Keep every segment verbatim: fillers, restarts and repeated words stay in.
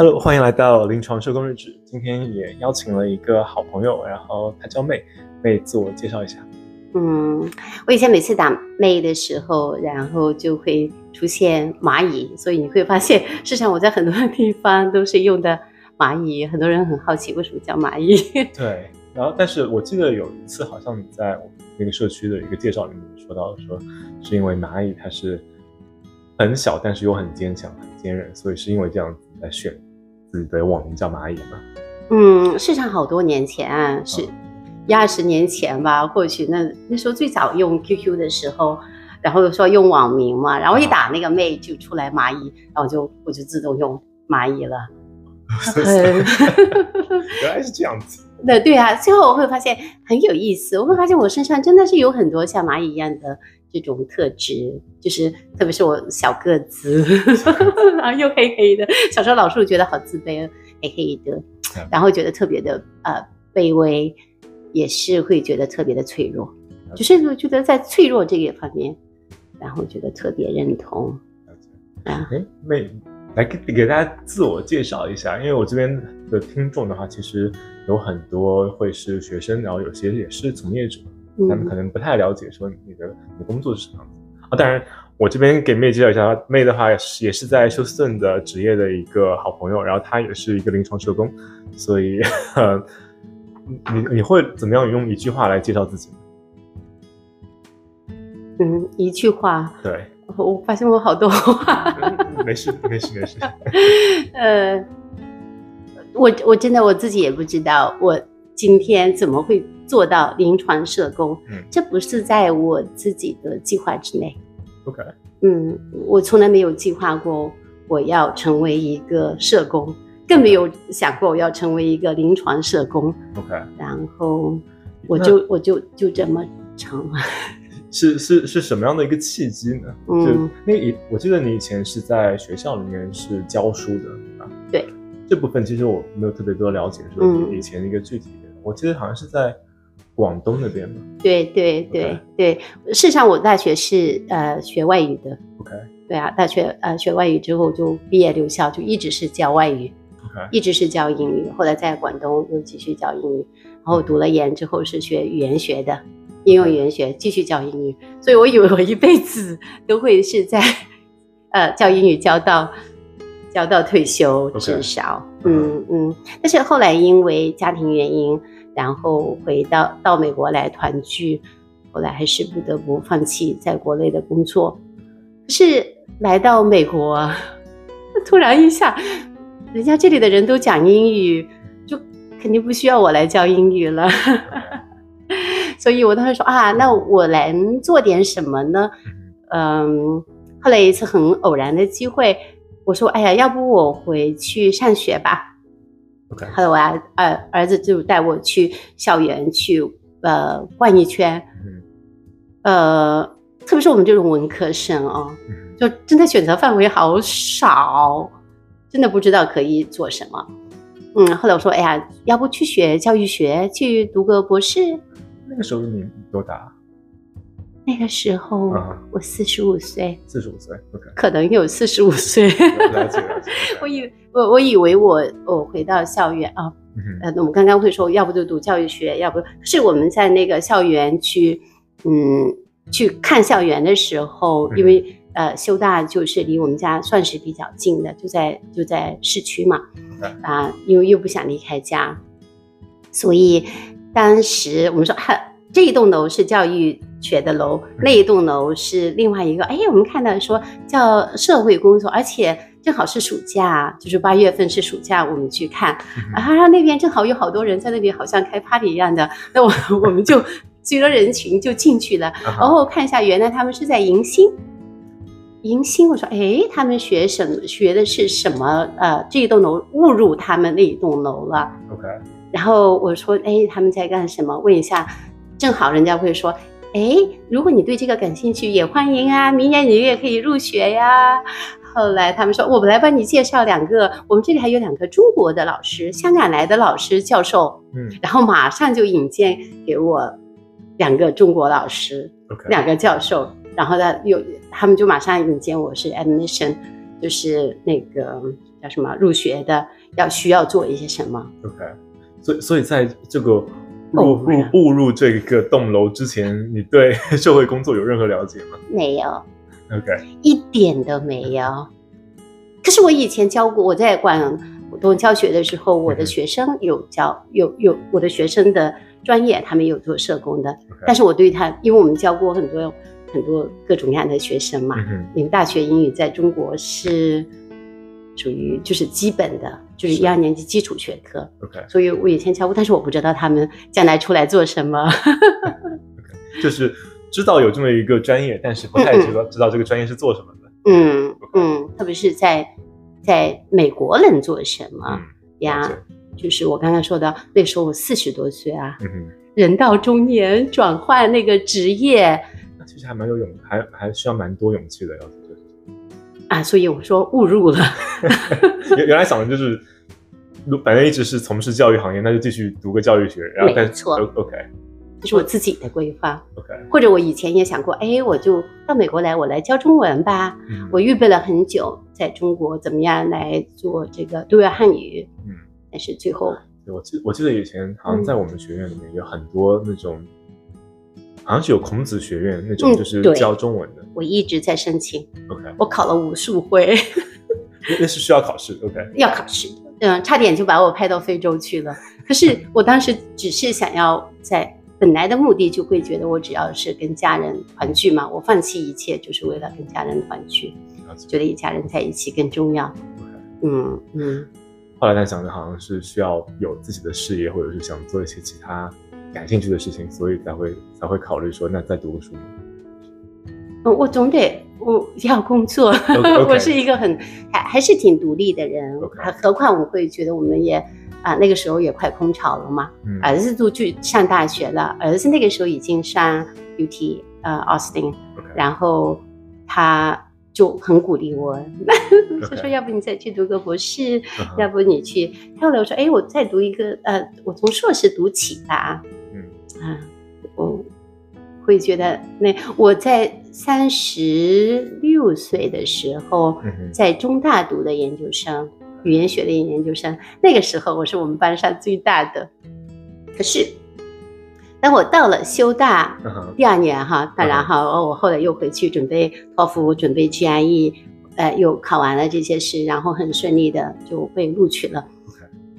Hello， 欢迎来到临床社工日志。今天也邀请了一个好朋友，然后他叫妹，妹自我介绍一下。 嗯，我以前每次打妹的时候，然后就会出现蚂蚁，所以你会发现，事实上我在很多地方都是用的蚂蚁，很多人很好奇为什么叫蚂蚁。 对，然后但是我记得有一次，好像你在我们那个社区的一个介绍里面说到说，是因为蚂蚁它是很小，但是又很坚强、很坚韧，所以是因为这样子来选自己的网名叫蚂蚁嘛。 嗯，事实上好多年前啊，是一二十年前吧，或许那那时候最早用 Q Q 的时候，然后说用网名嘛，然后一打那个妹就出来蚂蚁，然后就我就自动用蚂蚁了。 原来是这样子。 对对啊，最后我会发现很有意思，我会发现我身上真的是有很多像蚂蚁一样的这种特质，就是特别是我小个子，然后又黑黑的，小时候老是觉得好自卑，黑黑的，然后觉得特别的呃卑微，也是会觉得特别的脆弱，就是觉得在脆弱这个方面，然后觉得特别认同。 啊，哎，妹，来给给大家自我介绍一下，因为我这边的听众的话，其实有很多会是学生，然后有些也是从业者，嗯、他们可能不太了解说你的你的工作是什么样子啊。当然，我这边给妹介绍一下，妹的话也是在休斯顿的职业的一个好朋友，然后她也是一个临床社工，所以呃，你你会怎么样用一句话来介绍自己呢？ 嗯，一句话。 对。 我发现我好多话。 没事没事没事。 呃，我我真的我自己也不知道，我今天怎么会做到临床社工？嗯，这不是在我自己的计划之内。 OK。 嗯，我从来没有计划过我要成为一个社工，更没有想过我要成为一个临床社工。 OK。 然后我就我就就这么成了。 是是是什么样的一个契机呢？嗯，就那个我记得你以前是在学校里面是教书的，对吧？ 对， 这部分其实我没有特别多了解，说你以前的一个具体的，嗯、我记得好像是在广东那边嘛。 对对对 okay. 对，事实上我大学是呃学外语的。 OK。 对啊，大学呃学外语之后就毕业留校，就一直是教外语。 OK。 一直是教英语，后来在广东又继续教英语，然后读了研之后是学语言学的。应用语言学继续教英语，所以我以为我一辈子都会是在呃教英语教到教到退休至少。Okay. 嗯嗯，但是后来因为家庭原因，然后回到到美国来团聚，后来还是不得不放弃在国内的工作。可是来到美国，突然一下，人家这里的人都讲英语，就肯定不需要我来教英语了。所以我当时说啊，那我来做点什么呢？嗯，后来一次很偶然的机会，我说，哎呀，要不我回去上学吧。 Okay. 后来我儿儿儿子就带我去校园去呃逛一圈，嗯、呃，特别是我们这种文科生哦，嗯、就真的选择范围好少，真的不知道可以做什么。嗯，后来我说，哎呀，要不去学教育学，去读个博士。 那个时候你多大？ 那个时候我四十五岁。 四十五岁 ，OK。 可能有四十五岁。 了解了解。 我以我我以为我我回到校园啊，嗯、呃，我们刚刚会说，要不就读教育学，要不是我们在那个校园去，嗯，去看校园的时候，嗯、因为呃修大就是离我们家算是比较近的，就在就在市区嘛，啊、呃，因为又不想离开家，所以。当时我们说，哈，这一栋楼是教育学的楼，那一栋楼是另外一个。哎，我们看到说叫社会工作，而且正好是暑假，就是八月份是暑假，我们去看，啊，那边正好有好多人在那边，好像开 party 一样的。那我我们就随着人群就进去了，然后看一下，原来他们是在迎新。迎新，我说，哎，他们学什么？学的是什么？呃，这一栋楼误入他们那一栋楼了。 OK。 然后我说，哎，他们在干什么？问一下，正好人家会说，哎，如果你对这个感兴趣，也欢迎啊，明年你也可以入学呀。后来他们说，我们来帮你介绍两个，我们这里还有两个中国的老师，香港来的老师教授，嗯，然后马上就引荐给我两个中国老师， okay. 两个教授，然后他有他们就马上引荐我是 admission， 就是那个叫什么入学的，要需要做一些什么。 OK， 所以所以在这个入入步入这个栋楼之前，你对社会工作有任何了解吗？ 没有。 OK， 一点都没有。可是我以前教过，我在管活动教学的时候，我的学生有教有有我的学生的专业，他们有做社工的。Okay. 但是我对他，因为我们教过很多很多各种各样的学生嘛，嗯、因为大学英语在中国是属于就是基本的，就是一二年级基础学科。 Okay. 所以我以前教过，但是我不知道他们将来出来做什么。 okay. 就是知道有这么一个专业，但是不太知道、嗯、知道这个专业是做什么的。 嗯 okay. 嗯，特别是在在美国能做什么、嗯、呀？就是我刚刚说的，那时候我四十多岁啊，嗯、人到中年转换那个职业， 那其实还蛮有勇，还还需要蛮多勇气的，要做这事啊。所以我说误入了。 原原来想的就是，反正一直是从事教育行业，那就继续读个教育学，然后但没错 ，OK。 这是我自己的规划 ，OK， 或者我以前也想过，哎，我就到美国来，我来教中文吧。嗯、我预备了很久，在中国怎么样来做这个对外汉语，嗯，但是最后， 我记我记得以前好像在我们学院里面有很多那种，嗯、好像是有孔子学院那种，就是教中文的。 嗯、我一直在申请 ，OK， 我考了无数回， 那是需要考试 ，OK， 要考试，嗯，差点就把我派到非洲去了。可是我当时只是想要在。本来的目的就会觉得我只要是跟家人团聚嘛，我放弃一切就是为了跟家人团聚，觉得一家人在一起更重要。Okay. 嗯嗯。 后来他想的好像是需要有自己的事业，或者是想做一些其他感兴趣的事情，所以才会才会考虑说那再读个书吗？ 嗯，我总得我要工作， okay. 我是一个很还还是挺独立的人， okay. 何况我会觉得我们也。啊，那个时候也快空巢了嘛，嗯、儿子都去上大学了，儿子那个时候已经上 U T 呃 Austin， okay. 然后他就很鼓励我，他说要不你再去读个博士， okay. 要不你去，后来我说哎，我再读一个呃，我从硕士读起吧，嗯啊，我会觉得那我在三十六岁的时候，嗯、在中大读的研究生。语言学的研究生，那个时候我是我们班上最大的。可是，当我到了修大第二年哈，当然哈，我后来又回去准备托福，准备 G R E， 呃，又考完了这些事，然后很顺利的就被录取了。呀、okay. ，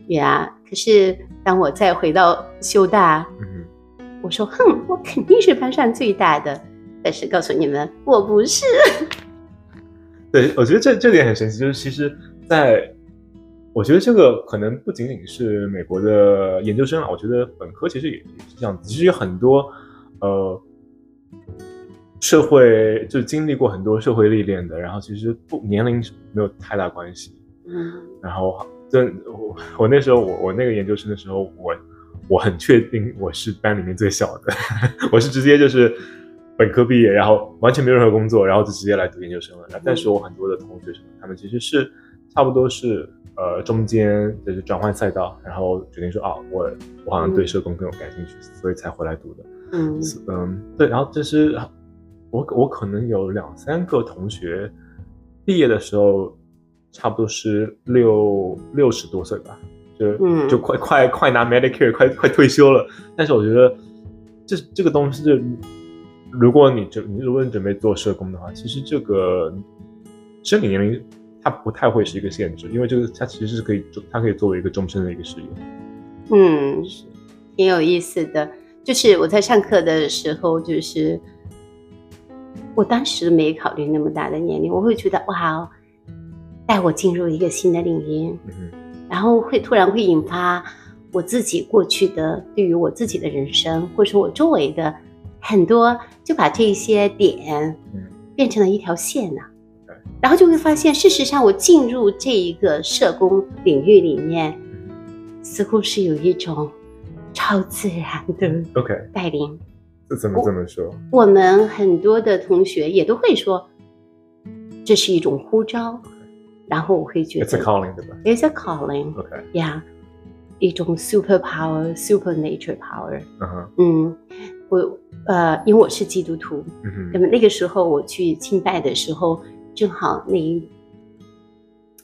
可是当我再回到修大，嗯、我说哼，我肯定是班上最大的，但是告诉你们，我不是。 对，我觉得这这点很神奇，就是其实在。我觉得这个可能不仅仅是美国的研究生啊，我觉得本科其实也是这样子。其实有很多呃社会就经历过很多社会历练的，然后其实不年龄没有太大关系。嗯，然后就我我那时候我我那个研究生的时候，我我很确定我是班里面最小的，我是直接就是本科毕业，然后完全没有任何工作，然后就直接来读研究生了。但是我很多的同学什么，他们其实是差不多是。呃，中间就是转换赛道，然后决定说啊，我我好像对社工更有感兴趣，嗯、所以才回来读的。嗯嗯，对，然后这是我我可能有两三个同学毕业的时候，差不多是六六十多岁吧，就、嗯、就快快快拿 Medicare， 快快退休了。但是我觉得这这个东西就，如果你准如果你准备做社工的话，其实这个生理年龄。它不太会是一个限制，因为这个它其实是可以，它可以作为一个终身的一个事业。 嗯，挺有意思的。就是我在上课的时候，就是我当时没考虑那么大的年龄，我会觉得哇，带我进入一个新的领域，嗯、然后会突然会引发我自己过去的对于我自己的人生，或者说我周围的很多，就把这些点变成了一条线啊。然后就会发现，事实上我进入这一个社工领域里面，似乎是有一种超自然的带领。 Okay. 这怎么这么说？ 我们很多的同学也都会说，这是一种呼召。然后我会觉得 ，It's a calling， 对吧 ？It's a calling。OK， 呀， yeah, 一种 super power、super nature power。Uh-huh. 嗯，我呃，因为我是基督徒，嗯、那么那个时候我去敬拜的时候。正好那一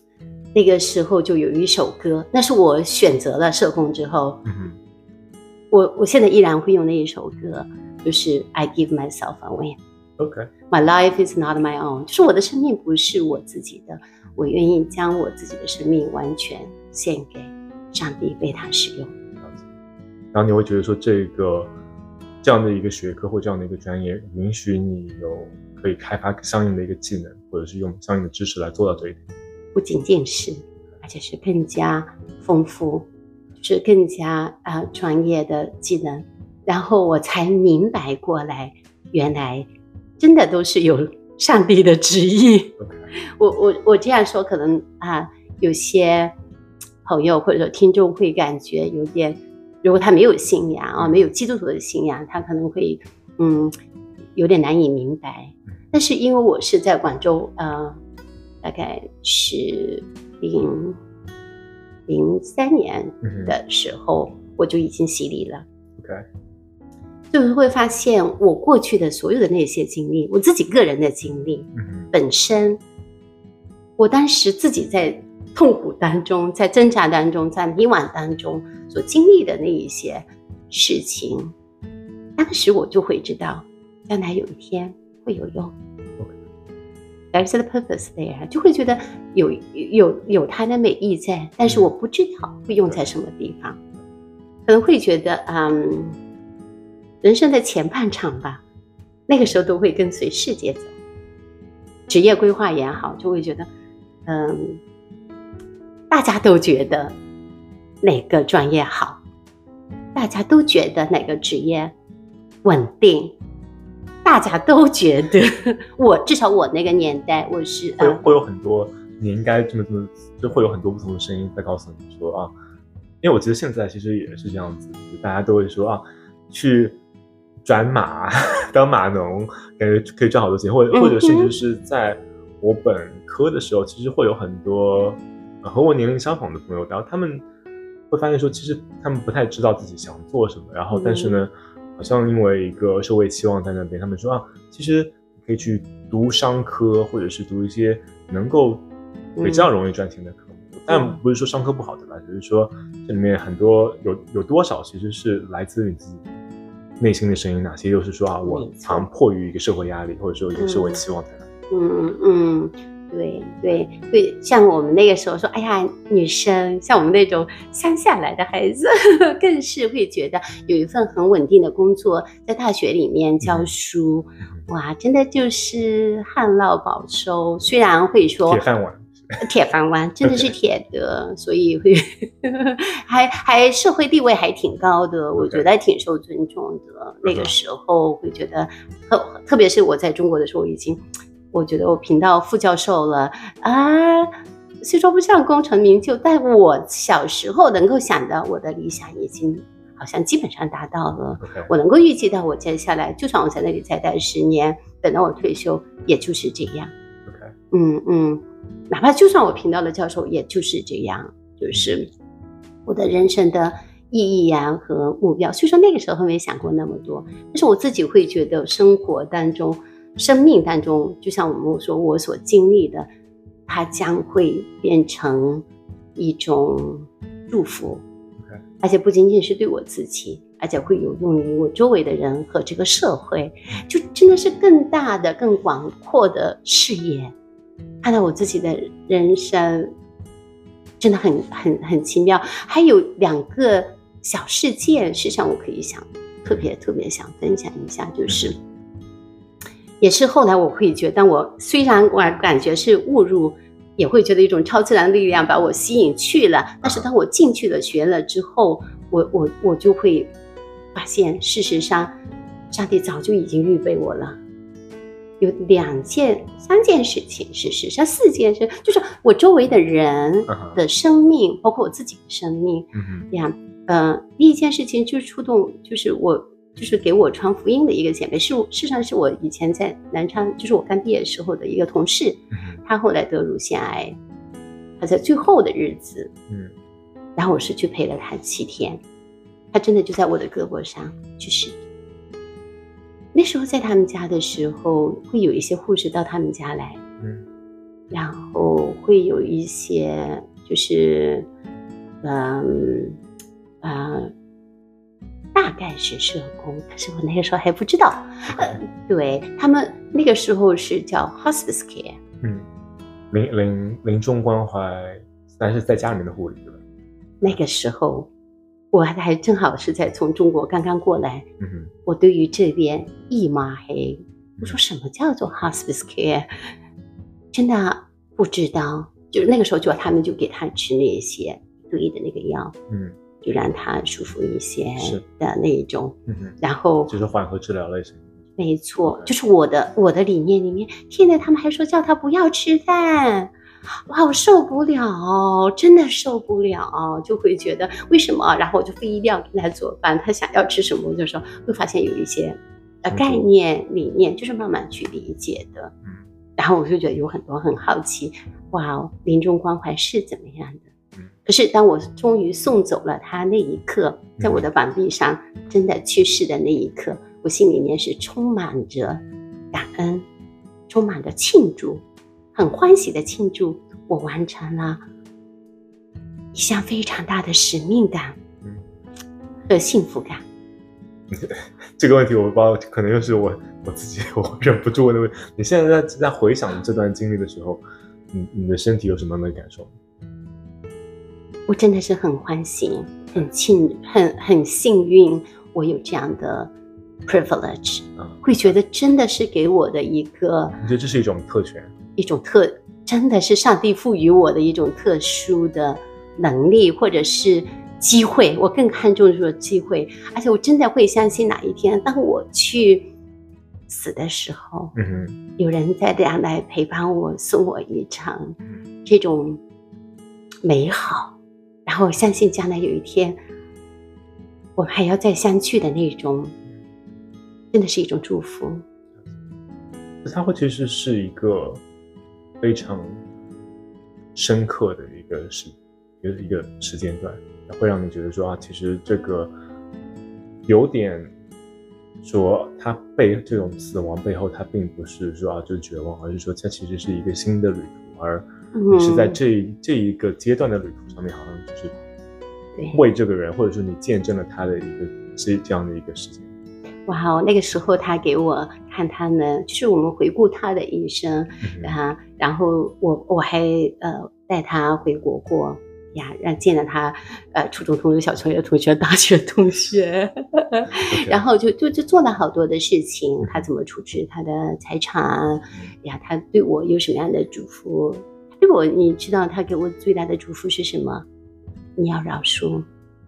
那个时候就有一首歌，那是我选择了社工之后， 嗯、 我我现在依然会用那一首歌，就是 I give myself away。OK， My life is not my own， 就是我的生命不是我自己的，我愿意将我自己的生命完全献给上帝，被他使用。 然后你会觉得说，这个这样的一个学科或这样的一个专业，允许你有可以开发相应的一个技能，或者是用相应的知识来做到这一点。 不仅仅是，而且是更加丰富，就是更加啊、呃、专业的技能，然后我才明白过来，原来真的都是有上帝的旨意。Okay. 我我我这样说，可能啊有些朋友或者说听众会感觉有点，如果他没有信仰啊，没有基督徒的信仰，他可能会嗯有点难以明白。但是因为我是在广州呃。大概是零零三年的时候，嗯、我就已经洗礼了。 OK， 就是会发现我过去的所有的那些经历，我自己个人的经历，嗯、本身，我当时自己在痛苦当中，在挣扎当中，在迷惘当中所经历的那一些事情，当时我就会知道，将来有一天会有用。There's the purpose there， 就会觉得有有有它的美意在，但是我不知道会用在什么地方，可能会觉得，嗯，人生的前半场吧，那个时候都会跟随世界走，职业规划也好，就会觉得，嗯，大家都觉得哪个专业好，大家都觉得哪个职业稳定。大家都觉得我至少我那个年代我是会会有很多你应该这么这么就会有很多不同的声音在告诉你说啊，因为我觉得现在其实也是这样子，大家都会说啊，去转码当码农感觉可以赚好多钱，或者或者甚至是在我本科的时候，其实会有很多和我年龄相仿的朋友，然后他们会发现说，其实他们不太知道自己想做什么，然后但是呢。好像因为一个社会期望在那边，他们说啊，其实可以去读商科，或者是读一些能够比较容易赚钱的科目。嗯、但不是说商科不好，对吧？只是说这里面很多有有多少其实是来自于你自己内心的声音，哪些又是说啊，我常迫于一个社会压力，或者说一个社会期望在那里。 嗯嗯。对对对，像我们那个时候说，哎呀，女生像我们那种乡下来的孩子，更是会觉得有一份很稳定的工作，在大学里面教书，嗯、哇，真的就是旱涝保收。虽然会说铁饭碗， 铁饭碗真的是铁的，所以会还还社会地位还挺高的，我觉得还挺受尊重的。那个时候会觉得，特特别是我在中国的时候，已经。我觉得我评到副教授了啊，虽说不上功成名就，但我小时候能够想到我的理想已经好像基本上达到了。 Okay. 我能够预计到我接下来，就算我在那里再待十年，等到我退休，也就是这样。 Okay. 嗯嗯，哪怕就算我评到了教授，也就是这样，就是我的人生的意义呀、啊、和目标。虽说那个时候没想过那么多，但是我自己会觉得生活当中。生命当中，就像我们说我所经历的，它将会变成一种祝福， okay. 而且不仅仅是对我自己，而且会有用于我周围的人和这个社会，就真的是更大的、更广阔的视野。看到我自己的人生，真的很很很奇妙。还有两个小事件，实际上我可以想特别特别想分享一下，就是。也是后来我会觉得，当我虽然我感觉是误入，也会觉得一种超自然力量把我吸引去了，但是当我进去了学了之后，我我我就会发现，事实上上帝早就已经预备我了。有两件三件事情，事实上四件事，就是我周围的人的生命， uh-huh. 包括我自己的生命这样、uh-huh. 呃，第一件事情就是触动，就是我就是给我传福音的一个前辈，是事实上是我以前在南昌，就是我刚毕业时候的一个同事，嗯、他后来得乳腺癌，他在最后的日子，嗯，然后我是去陪了他七天，他真的就在我的胳膊上去世。那时候在他们家的时候，会有一些护士到他们家来，嗯， 然后会有一些就是嗯呃大概是社工，可是我那个时候还不知道。呃，对，他们那个时候是叫 hospice care， 嗯，临临临终关怀，但是在家里面的护理，对吧？ 那个时候我还正好是在从中国刚刚过来， 嗯哼， 我对于这边一抹黑，我说什么叫做 hospice care， 真的不知道。就那个时候就他们就给他吃那些对的那个药， 嗯， 就让他舒服一些是的那一种， 嗯哼， 然后就是缓和治疗类型。 没错，就是我的我的理念里面，天哪，他们还说叫他不要吃饭，哇，我受不了，真的受不了，就会觉得为什么？然后我就非一定要给他做饭，他想要吃什么，我就说会发现有一些呃概念理念，就是慢慢去理解的。 嗯， 然后我就觉得有很多很好奇，哇，临终关怀是怎么样的？可是当我终于送走了他那一刻，在我的板壁上真的去世的那一刻，我心里面是充满着感恩，充满着庆祝，很欢喜的庆祝我完成了一项非常大的使命感和幸福感。 这个问题我不知道，可能又是我我自己我忍不住问的问题。你现在在在回想这段经历的时候，你你的身体有什么样的感受？ 我真的是很欢喜，很庆很很幸运，我有这样的 privilege，嗯，会觉得真的是给我的一个， 你觉得这是一种特权， 一种特，真的是上帝赋予我的一种特殊的能力，或者是机会。我更看重这个机会，而且我真的会相信哪一天，当我去死的时候，嗯哼，有人在这样来陪伴我，送我一程，这种美好。然后我相信将来有一天我们还要再相聚的那种，真的是一种祝福。 它会其实是一个非常深刻的一个时一个时间段，会让你觉得说啊，其实这个有点说它背这种死亡背后，它并不是说啊就是绝望，而是说它其实是一个新的旅途，而你是在这、嗯、这一个阶段的旅途上面，好像就是为这个人，或者说你见证了他的一个是这样的一个事情。 哇，那个时候他给我看他呢，就是我们回顾他的一生，嗯、啊，然后我我还呃带他回国过呀，让见了他呃初中同学、小学同学、大学同学， okay. 然后就就就做了好多的事情，他怎么处置他的财产呀，他对我有什么样的嘱咐。对我，你知道他给我最大的祝福是什么？你要饶恕。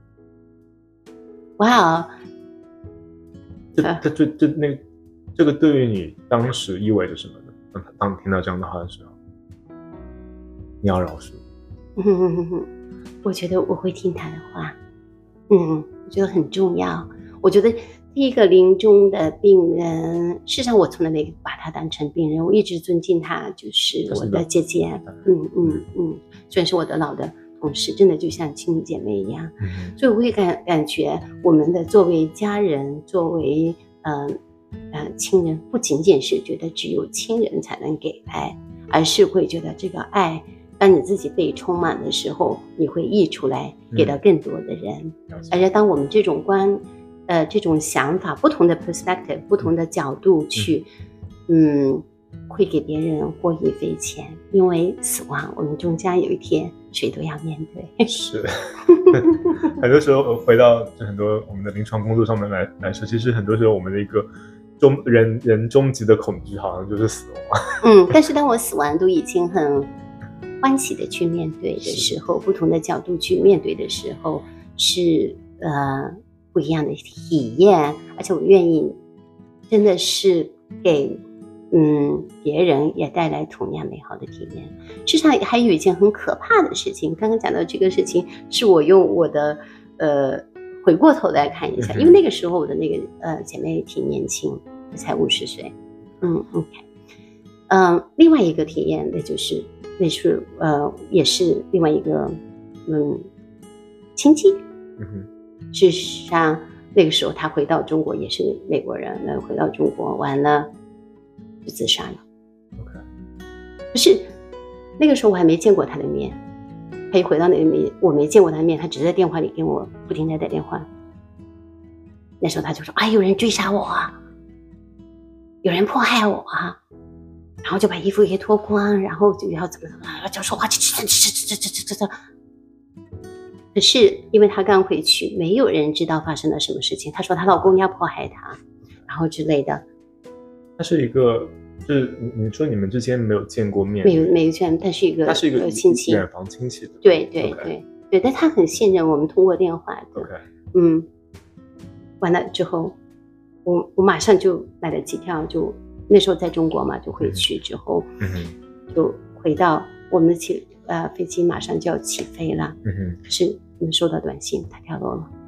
哇、wow, 这这这这那这个对于你当时意味着什么呢？当当你听到这样的话的时候，你要饶恕。 嗯，我觉得我会听他的话。嗯，我觉得很重要。我觉得第一个临终的病人，事实上我从来没把他当成病人，我一直尊敬他，就是我的姐姐。嗯嗯嗯，虽然是我的老的同事，真的就像亲密姐妹一样。嗯、所以我会感感觉我们的作为家人，作为呃呃亲人，不仅仅是觉得只有亲人才能给爱，而是会觉得这个爱，当你自己被充满的时候，你会溢出来，给到更多的人。嗯、而且当我们这种观。呃，这种想法，不同的 perspective， 不同的角度去，嗯，嗯会给别人获益匪浅。因为死亡，我们终将有一天谁都要面对。 是，很多时候回到很多我们的临床工作上面来来说，其实很多时候我们的一个终人人终极的恐惧，好像就是死亡。 嗯，但是当我死亡都已经很欢喜的去面对的时候，不同的角度去面对的时候，是呃。不一样的体验，而且我愿意真的是给嗯别人也带来同样美好的体验。事实上还有一件很可怕的事情，刚刚讲到这个事情，是我用我的呃回过头来看一下，因为那个时候我的那个呃姐妹挺年轻，才五十岁。嗯 OK， 嗯、呃，另外一个体验那就是那是呃也是另外一个嗯亲戚。嗯哼。事实上，那个时候他回到中国，也是美国人，那回到中国完了就自杀了。 Okay. 可是那个时候我还没见过他的面，他一回到那个面，我没见过他的面，他只在电话里跟我不停地打电话。那时候他就说：“啊，有人追杀我啊，有人迫害我啊。”然后就把衣服给脱光，然后就要怎么怎么，就说话，这这这这这这这这。可是因为她刚回去，没有人知道发生了什么事情。她说她老公要迫害她，然后之类的。 她是一个，就是你说你们之间没有见过面， 没有没有见，但是一个， 她是一个亲戚， 远房亲戚的。 对对对对，但她很信任我们，通过电话的。 Okay. 嗯，完了之后，我我马上就买了机票，就那时候在中国嘛，就回去之后， 嗯、 就回到我们的起呃飞机马上就要起飞了。 嗯哼， 可是我们收到短信，它跳楼了。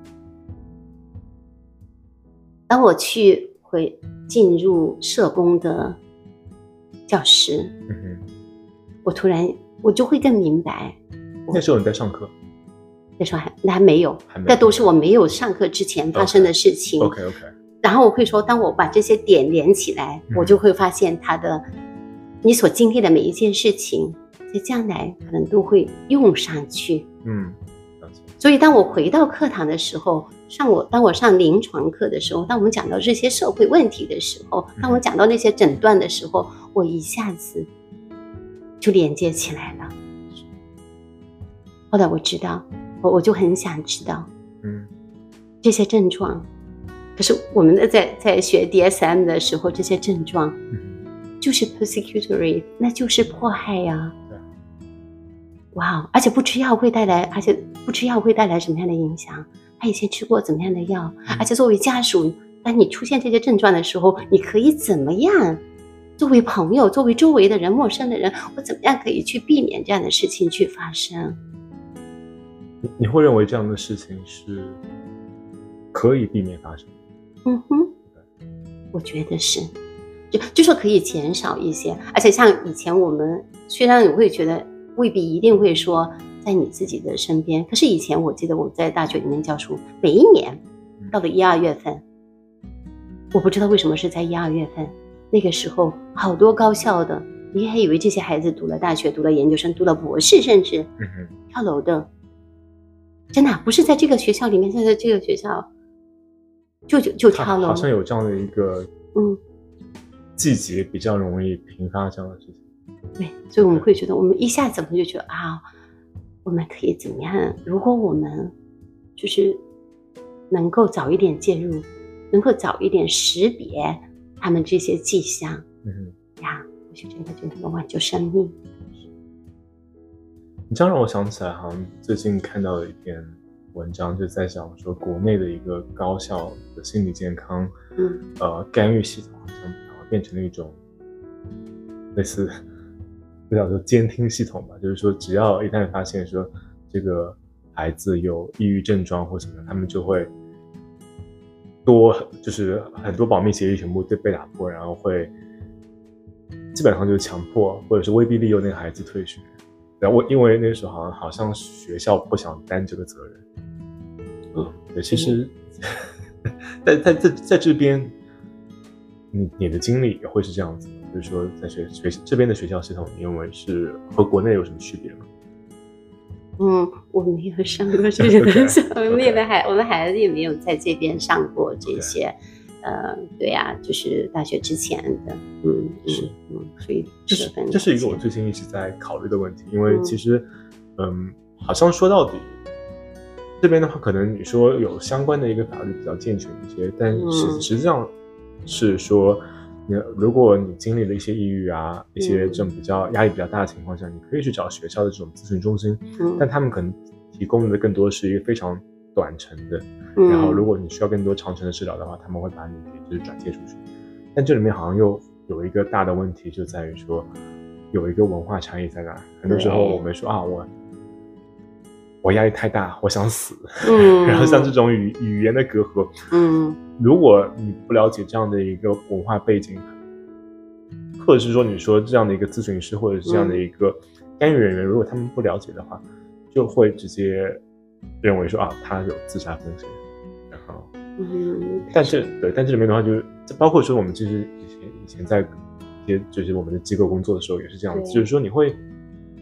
当我去回进入社工的教室， 嗯哼， 我突然我就会更明白。 那时候你在上课？ 那时候还那还没有，那都是我没有上课之前发生的事情。 OK OK。 然后我会说，当我把这些点连起来，嗯、我就会发现他的你所经历的每一件事情，在将来可能都会用上去。 嗯， 所以当我回到课堂的时候，上我当我上临床课的时候，当我们讲到这些社会问题的时候，当我讲到那些诊断的时候，我一下子就连接起来了。后来我知道，我我就很想知道， 嗯， 这些症状。可是我们在在学 D S M 的时候，这些症状就是 persecutory， 那就是迫害呀、啊。哇，而且不吃药会带来，而且不吃药会带来什么样的影响？他以前吃过怎么样的药？而且作为家属，当你出现这些症状的时候，你可以怎么样？作为朋友，作为周围的人、陌生的人，我怎么样可以去避免这样的事情去发生？ 你你会认为这样的事情是可以避免发生？ 嗯哼，我觉得是，就就说可以减少一些，而且像以前我们虽然我会觉得未必一定会说在你自己的身边，可是以前我记得我在大学里面教书，每一年到了一二月份，我不知道为什么是在一二月份，那个时候好多高校的，你还以为这些孩子读了大学、读了研究生、读了博士，甚至跳楼的，真的、啊、不是在这个学校里面，是在这个学校。就就就跳楼， 好像有这样的一个嗯季节比较容易频发这样的事情。 对，所以我们会觉得，我们一下子我们就觉得啊，我们可以怎么样？如果我们就是能够早一点介入，能够早一点识别他们这些迹象， 嗯呀，或许真的就能够挽救生命。 你这样让我想起来，好像最近看到了一篇文章，就在讲说国内的一个高校的心理健康， 嗯， 呃，干预系统好像变成了一种类似，不叫做监听系统吧，就是说只要一旦发现说这个孩子有抑郁症状或什么，他们就会多，就是很多保密协议全部都被打破，然后会基本上就是强迫或者是威逼利诱那个孩子退学。然后我因为那个时候好像好像学校不想担这个责任，嗯，对，其实，在在在在这边，你你的经历也会是这样子的，就是说在学学这边的学校系统，你认为是和国内有什么区别吗？ 嗯，我没有上过这些东西，我们也没孩，我们孩子也没有在这边上过这些。Okay. 呃，对呀、啊，就是大学之前的，嗯，是，嗯，所以这是这是一个我最近一直在考虑的问题，因为其实，嗯，嗯好像说到底，这边的话，可能你说有相关的一个法律比较健全一些，但实、嗯、实际上是说，你如果你经历了一些抑郁啊，一些这种比较压力比较大的情况下，嗯、你可以去找学校的这种咨询中心，嗯、但他们可能提供的更多是一个非常短程的。然后，如果你需要更多长程的治疗的话，他们会把你给就是转介出去。但这里面好像又有一个大的问题，就在于说有一个文化差异在那。很多时候我们说啊，我我压力太大，我想死。嗯，然后像这种语语言的隔阂，嗯，如果你不了解这样的一个文化背景，或者是说你说这样的一个咨询师或者是这样的一个干预人员，如果他们不了解的话，就会直接认为说啊，他有自杀风险。嗯，但是对，但这里面的话就，就包括说我们其实以前以前在一些就是我们的机构工作的时候也是这样子，就是说你会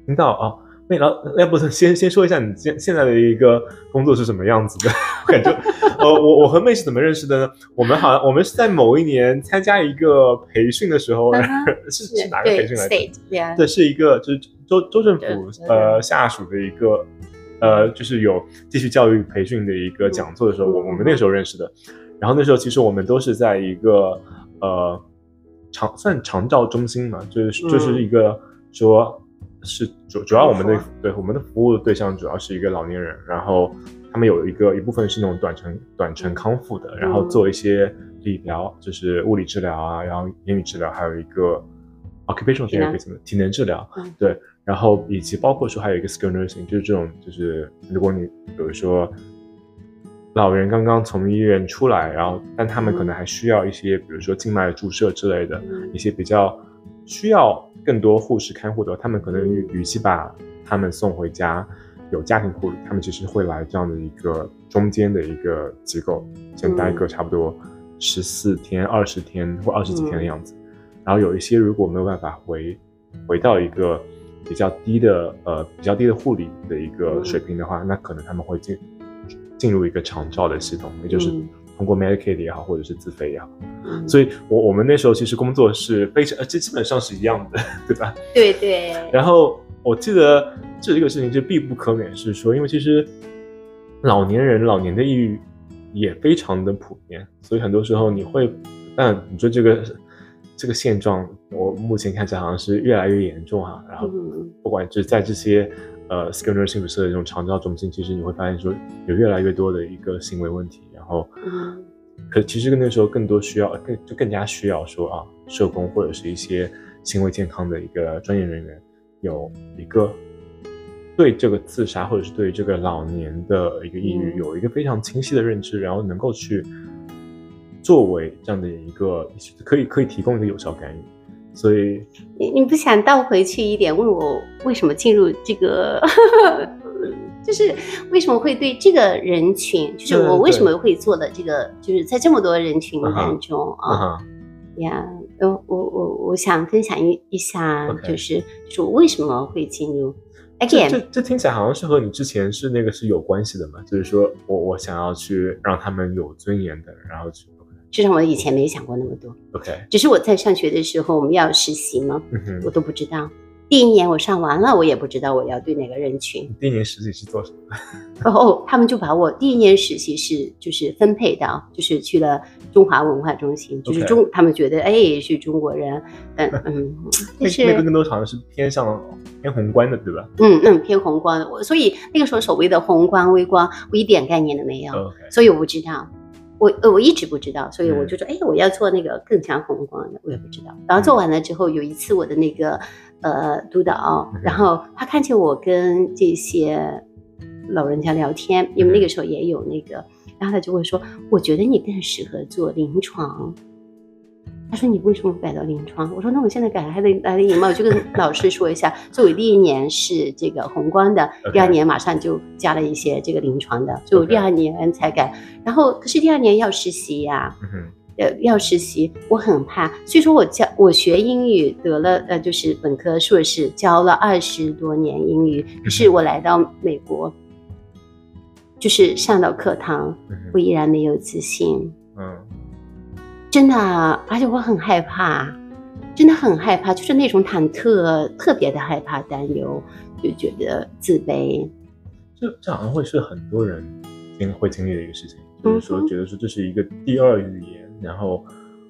听到啊。那老要不先先说一下你现现在的一个工作是什么样子的？感觉，呃，我我和妹是怎么认识的呢？我们好像我们是在某一年参加一个培训的时候， uh-huh, 是是哪个培训来着？ yeah. 对，是一个就是州州政府呃下属的一个呃，就是有继续教育培训的一个讲座的时候，我我们那时候认识的。然后那时候其实我们都是在一个呃长算长照中心嘛，就是就是一个说。是主主要我们的对我们的服务的对象主要是一个老年人，然后他们有一个一部分是那种短程短程康复的，然后做一些理疗，就是物理治疗啊，然后言语治疗，还有一个 occupational therapy 体能治疗，对，然后以及包括说还有一个 skill nursing， 就是这种就是如果你比如说老人刚刚从医院出来，然后但他们可能还需要一些比如说静脉注射之类的一些比较需要更多护士看护的，他们可能与其把他们送回家有家庭护理，他们其实会来这样的一个中间的一个机构，先待个差不多十四天、二十天或二十几天的样子。嗯、然后有一些如果没有办法回回到一个比较低的呃比较低的护理的一个水平的话，嗯、那可能他们会进进入一个长照的系统，也就是通过 Medicaid 也好，或者是自费也好。嗯、所以我我们那时候其实工作是非常，这基本上是一样的，对吧？ 对对。 然后我记得这个事情是必不可免，是说，因为其实老年人老年的抑郁也非常的普遍，所以很多时候你会，但你说这个这个现状，我目前看起来好像是越来越严重哈。然后不管是在这些呃 skill nursing 社的这种长照中心，其实你会发现说有越来越多的一个行为问题，然后。嗯可其实那时候更多需要，更就更加需要说啊，社工或者是一些行为健康的一个专业人员，有一个对这个自杀或者是对这个老年的一个抑郁有一个非常清晰的认知，然后能够去作为这样的一个可以可以提供一个有效干预。所以你你不想倒回去一点，问我为什么进入这个？就是为什么会对这个人群，就是我为什么会做的这个，就是在这么多人群当中啊，呀，我我我我想分享一一下，就是就是我为什么会进入 again， 这这这听起来好像是和你之前是那个是有关系的嘛，就是说我我想要去让他们有尊严的，然后去。 实际上我以前没想过那么多 ，OK， 只是我在上学的时候，我们要实习嘛， 嗯、 我都不知道。第一年我上完了，我也不知道我要对哪个人群。 第一年实习是做什么？ 然后他们就把我第一年实习是就是分配到，就是去了中华文化中心，就是中， okay. 他们觉得哎是中国人，但嗯，但是那个更多好像是偏向偏宏观的，对吧？ 嗯嗯，偏宏观的，所以那个时候所谓的宏观微观，我一点概念都没有， okay. 所以我不知道。我我一直不知道，所以我就说，哎、嗯，我要做那个更强宏观的，我也不知道。然后做完了之后，有一次我的那个呃督导，然后他看见我跟这些老人家聊天，因为那个时候也有那个，然后他就会说，我觉得你更适合做临床。他说你为什么改到临床？我说那我现在改还得来得及吗？我就跟老师说一下，所以我第一年是这个宏观的，第二年马上就加了一些这个临床的，所以我第二年才改。然后可是第二年要实习呀、啊，呃，要实习，我很怕。所以说我教我学英语得了呃，就是本科硕士教了二十多年英语，可是我来到美国，就是上到课堂，我依然没有自信。嗯。真的，而且我很害怕，真的很害怕，就是那种忐忑，特别的害怕、担忧，就觉得自卑。 这这好像会是很多人经会经历的一个事情，就是说觉得说这是一个第二语言，嗯、然后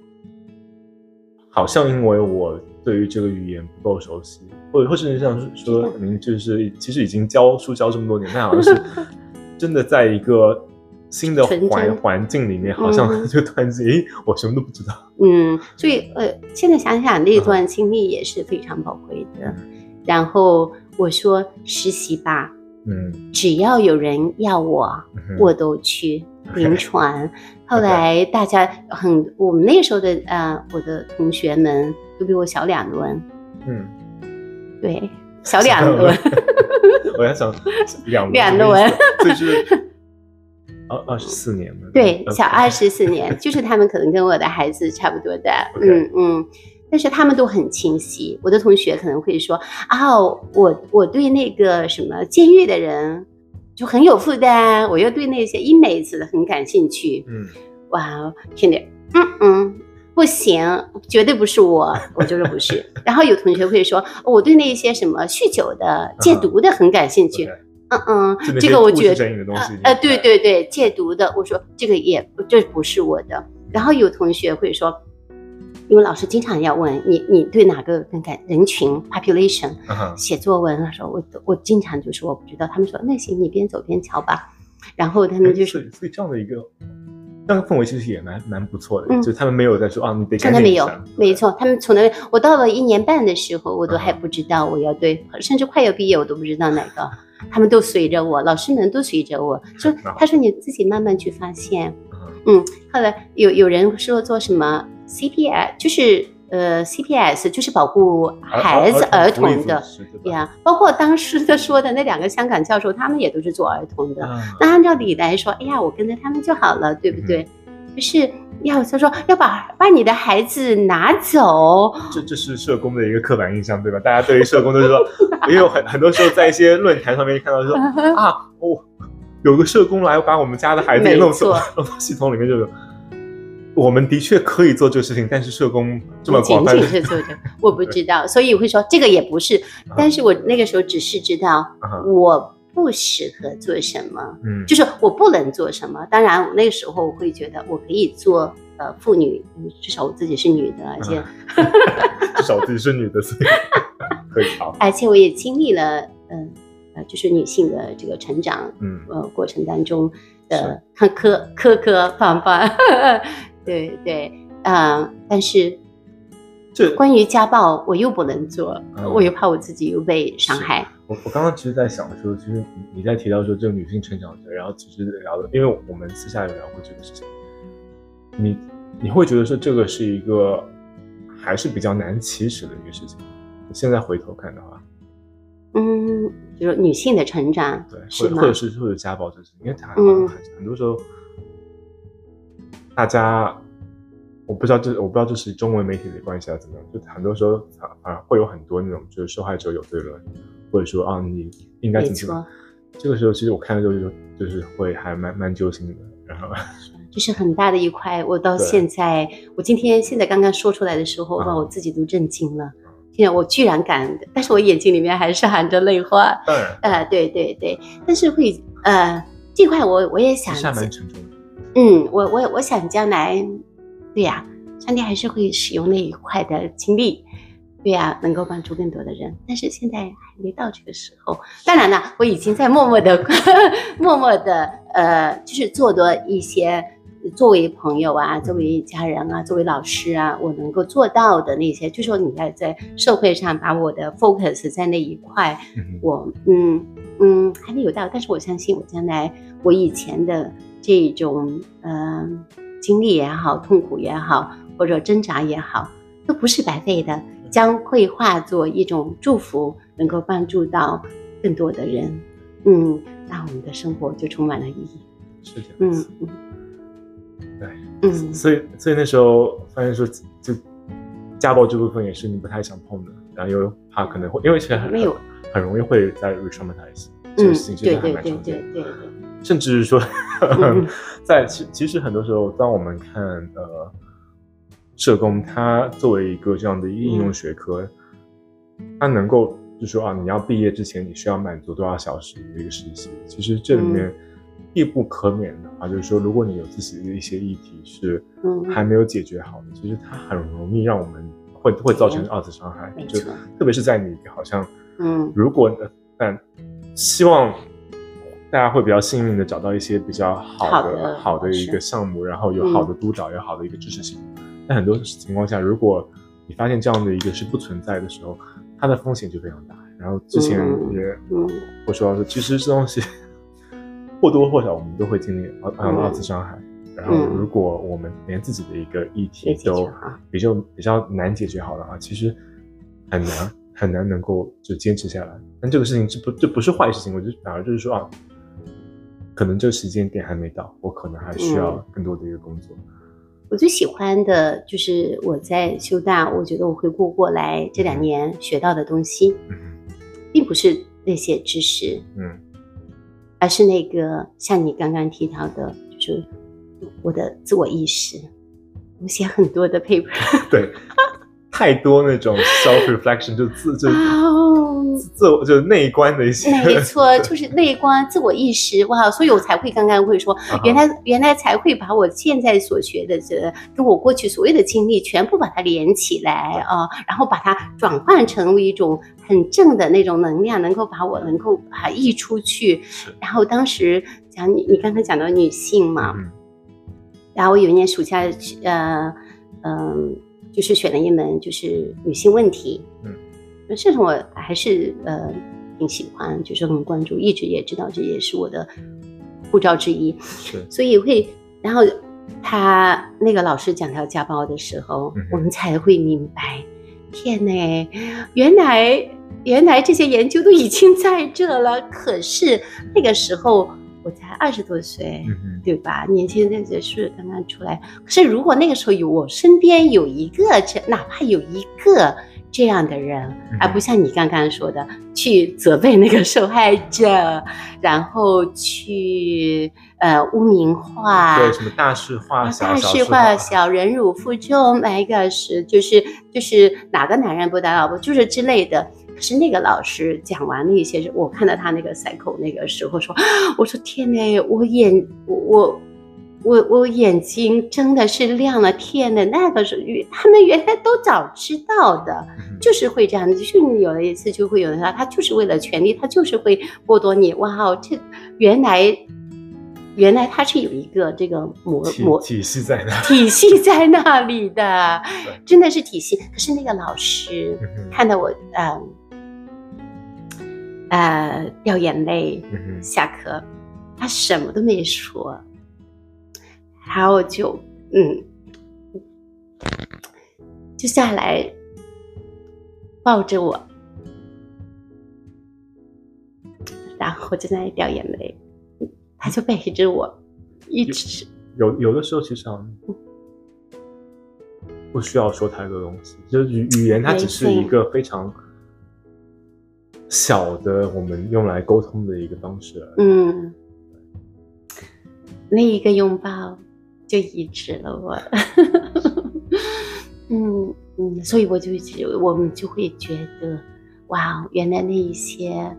好像因为我对于这个语言不够熟悉，或者或甚至像说您就是其实已经教书教这么多年，但好像是真的在一个。新的环环境里面，好像就突然间，诶、嗯，我什么都不知道。 嗯，所以呃，现在想想那段经历也是非常宝贵的。嗯、然后我说实习吧，嗯，只要有人要我，嗯、我都去临床。Okay. 后来大家很，我们那时候的呃，我的同学们都比我小两轮。嗯，对，小两轮。 我在想两轮， 两轮， 就是。二十四年了， 对，小二十四年，就是他们可能跟我的孩子差不多的， okay. 嗯嗯。 但是他们都很清晰。我的同学可能会说啊，我我对那个什么监狱的人就很有负担，我又对那些医美子很感兴趣。嗯，哇，听着，嗯嗯，不行，绝对不是我，我就说不是。然后有同学会说，哦，我对那些什么酗酒的、戒毒的很感兴趣。嗯嗯，这个我觉得，呃，对对对，戒毒的，我说这个也这不是我的。然后有同学会说。因为老师经常要问你，你对哪个更感人群 population 写作文的时候，我我经常就说我不知道。他们说那行，你边走边瞧吧。然后他们就说， 所以这样的一个这样的氛围其实也蛮蛮不错的，嗯、就他们没有在说啊，你得赶紧。 没有，没错，他们从来我到了一年半的时候，我都还不知道我要对，嗯、甚至快要毕业我都不知道哪个，他们都随着我，老师们都随着我说，他说你自己慢慢去发现。嗯，后来有有人说做什么 C P S， 就是呃 C P S 就是保护孩子儿童的呀，包括当时的说的那两个香港教授，他们也都是做儿童的。嗯、那按照理来说，哎呀，我跟着他们就好了，对不对？可、嗯、是要他说要把把你的孩子拿走， 这这是社工的一个刻板印象，对吧？大家对于社工都是说，也有很很多时候在一些论坛上面看到说啊，哦。有个社工来把我们家的孩子也弄走，弄到系统里面就有。我们的确可以做这个事情，但是社工这么广泛的， 仅仅是做这，我不知道，所以我会说这个也不是。但是我那个时候只是知道我不适合做什么，嗯，就是我不能做什么。当然，我那个时候我会觉得我可以做呃妇女，至少我自己是女的，而且、 嗯、至少我自己是女的，所以可以好。 而且我也经历了，嗯。呃，就是女性的这个成长，嗯，呃，过程当中的坎坷、磕磕绊绊，对对，啊、呃，但是这关于家暴，我又不能做，嗯、我又怕我自己又被伤害。 我我刚刚其实在想说，其实你在提到说这个女性成长者，然后其实聊的，因为我们私下有聊过这个事情，你你会觉得说这个是一个还是比较难启齿的一个事情？现在回头看的话。 嗯，就是女性的成长， 对，或者或者是或者家暴这事，因为它嗯很多时候，大家我不知道这我不知道这是中文媒体的关系啊怎么样，就很多时候反而会有很多那种就是受害者有罪论，或者说啊你应该怎么，这个时候其实我看的时候就就是会还蛮蛮揪心的，然后这是很大的一块，我到现在我今天现在刚刚说出来的时候，哇，我自己都震惊了。天啊，我居然敢，但是我眼睛里面还是含着泪花。 嗯， 呃，对对对，但是会呃这块我我也想， 是蛮沉重的。 嗯，我我我想将来，对呀、啊，上帝还是会使用那一块的经历，对呀、啊，能够帮助更多的人。但是现在还没到这个时候。当然了，我已经在默默的、默默的呃，就是做多一些。作为朋友啊，作为家人啊，作为老师啊，我能够做到的那些，就说你要在社会上把我的 focus 在那一块，嗯我嗯嗯还没有到，但是我相信我将来我以前的这种呃经历也好，痛苦也好，或者挣扎也好，都不是白费的，将会化作一种祝福，能够帮助到更多的人，嗯，让我们的生活就充满了意义。 是这样子，嗯嗯。对， 嗯， 所以所以那时候发现说，就家暴这部分也是你不太想碰的，然后又怕可能会，因为其实很没有很容易会在 re-traumatize 这个事情，其实还蛮常见的。对对对对对，甚至是说，嗯、在其其实很多时候，当我们看呃社工，他作为一个这样的应用学科，嗯、他能够就说啊，你要毕业之前你需要满足多少小时的一个实习，其实这里面。嗯必不可免的啊，就是说，如果你有自己的一些议题是还没有解决好的，嗯、其实它很容易让我们会会造成二次伤害，就特别是在你好像，嗯，如果但希望大家会比较幸运的找到一些比较好的好的, 好的一个项目，然后有好的督导，有好的一个支持系统。但很多情况下，如果你发现这样的一个是不存在的时候，它的风险就非常大。然后之前也会说到说，其实这东西。或多或少我们都会经历二次伤害，嗯、然后如果我们连自己的一个议题都比较比较难解决好的话，其实很难很难能够就坚持下来。但这个事情这不这不是坏事情，我就反而就是说啊，可能这个时间点还没到，我可能还需要更多的一个工作。 嗯、 我最喜欢的就是我在修大，我觉得我回顾过来这两年学到的东西，嗯、并不是那些知识，嗯，而是那个像你刚刚提到的，就是我的自我意识。我写很多的 paper， 对。太多那种 self reflection 就自就、oh, 自我就内观的一些， 没错，就是内观自我意识哇，所以我才会刚刚会说， uh-huh. 原来原来才会把我现在所学的这跟我过去所有的经历全部把它连起来啊，然后把它转换成为一种很正的那种能量，能够把我能够把它溢出去。然后当时讲你你刚才讲到女性嘛，嗯、然后我有一年暑假呃嗯。呃就是选了一门就是女性问题，嗯，这种我还是呃挺喜欢，就是很关注，一直也知道这也是我的护照之一， 是， 所以会，然后他那个老师讲到家暴的时候，嗯、我们才会明白，天哪，原来原来这些研究都已经在这了，可是那个时候我才二十多岁。嗯对吧？年轻人这是刚刚出来，可是如果那个时候有我身边有一个，哪怕有一个这样的人，嗯、而不像你刚刚说的去责备那个受害者，然后去呃污名化， 对什么大事化小， 大事化小，忍辱负重，那个是就是就是哪个男人不打老婆，就是之类的。可是那个老师讲完那些，我看到他那个塞口那个时候说，我说天哪，我眼我我我眼睛真的是亮了，天哪，那个时候他们原来都早知道的，就是会这样的，就是你有了一次就会有人说他就是为了权利，他就是会剥夺你，哇，这原来。原来它是有一个这个模模体系在那体系在那里的，真的是体系。可是那个老师看到我呃呃掉眼泪下课，他什么都没说，然后就嗯就下来抱着我，然后就在那里掉眼泪。他就背着我一直有有的时候其实好像不需要说太多东西，就是语语言它只是一个非常小的我们用来沟通的一个方式而已。 嗯，那一个拥抱就医治了我。嗯嗯，所以我就我们就会觉得，哇，原来那一些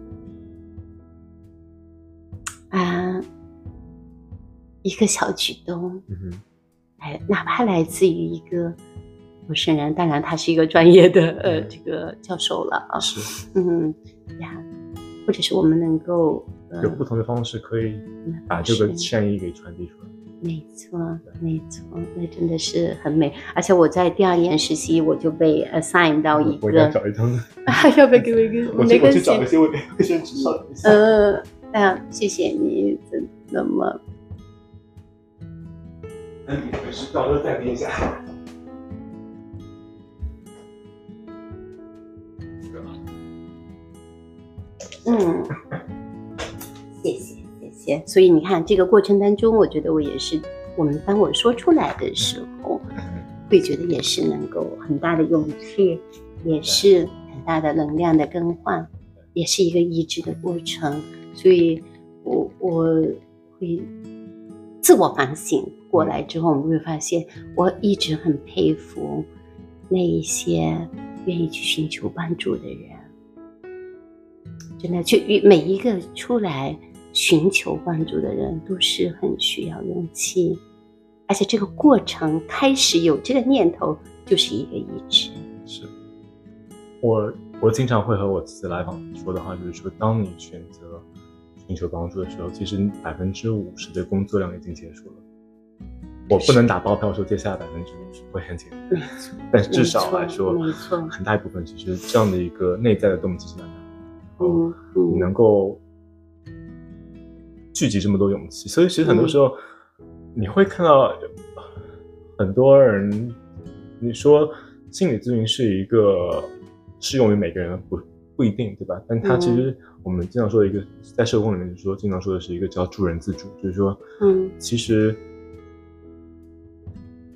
啊。一个小举动，嗯、哎，哪怕来自于一个陌生人，当然他是一个专业的呃这个教授了啊， 是， 嗯呀，或者是我们能够、 呃、有不同的方式可以把这个善意给传递出来。 没错，没错，那真的是很美。而且我在第二年实习，我就被 assign 到一个， 我应该找一张， 要不要给我一个？ 我去我去找一些卫生纸上。 呃，啊，谢谢你，真那么。 嗯，没事，到时候再给一下。 嗯，谢谢谢谢。所以你看，这个过程当中，我觉得我也是，我们当我说出来的时候，会觉得也是能够很大的勇气，也是很大的能量的更换，也是一个医治的过程。所以我我会自我反省过来之后，我们会发现，我一直很佩服那一些愿意去寻求帮助的人，真的，去每一个出来寻求帮助的人，都是很需要勇气，而且这个过程开始有这个念头，就是一个医治。 是，我我经常会和我自己来访说的话，就是说，当你选择寻求帮助的时候，其实百分之五十的工作量已经结束了。我不能打包票说接下来百分之五十会很简单，但是至少来说， 没错， 很大一部分其实这样的一个内在的动机是蛮大的。嗯嗯，你能够聚集这么多勇气，所以其实很多时候你会看到很多人，你说心理咨询是一个适用于每个人，不不一定，对吧？但它其实我们经常说的一个，在社工里面说经常说的是一个叫助人自助，就是说，嗯，其实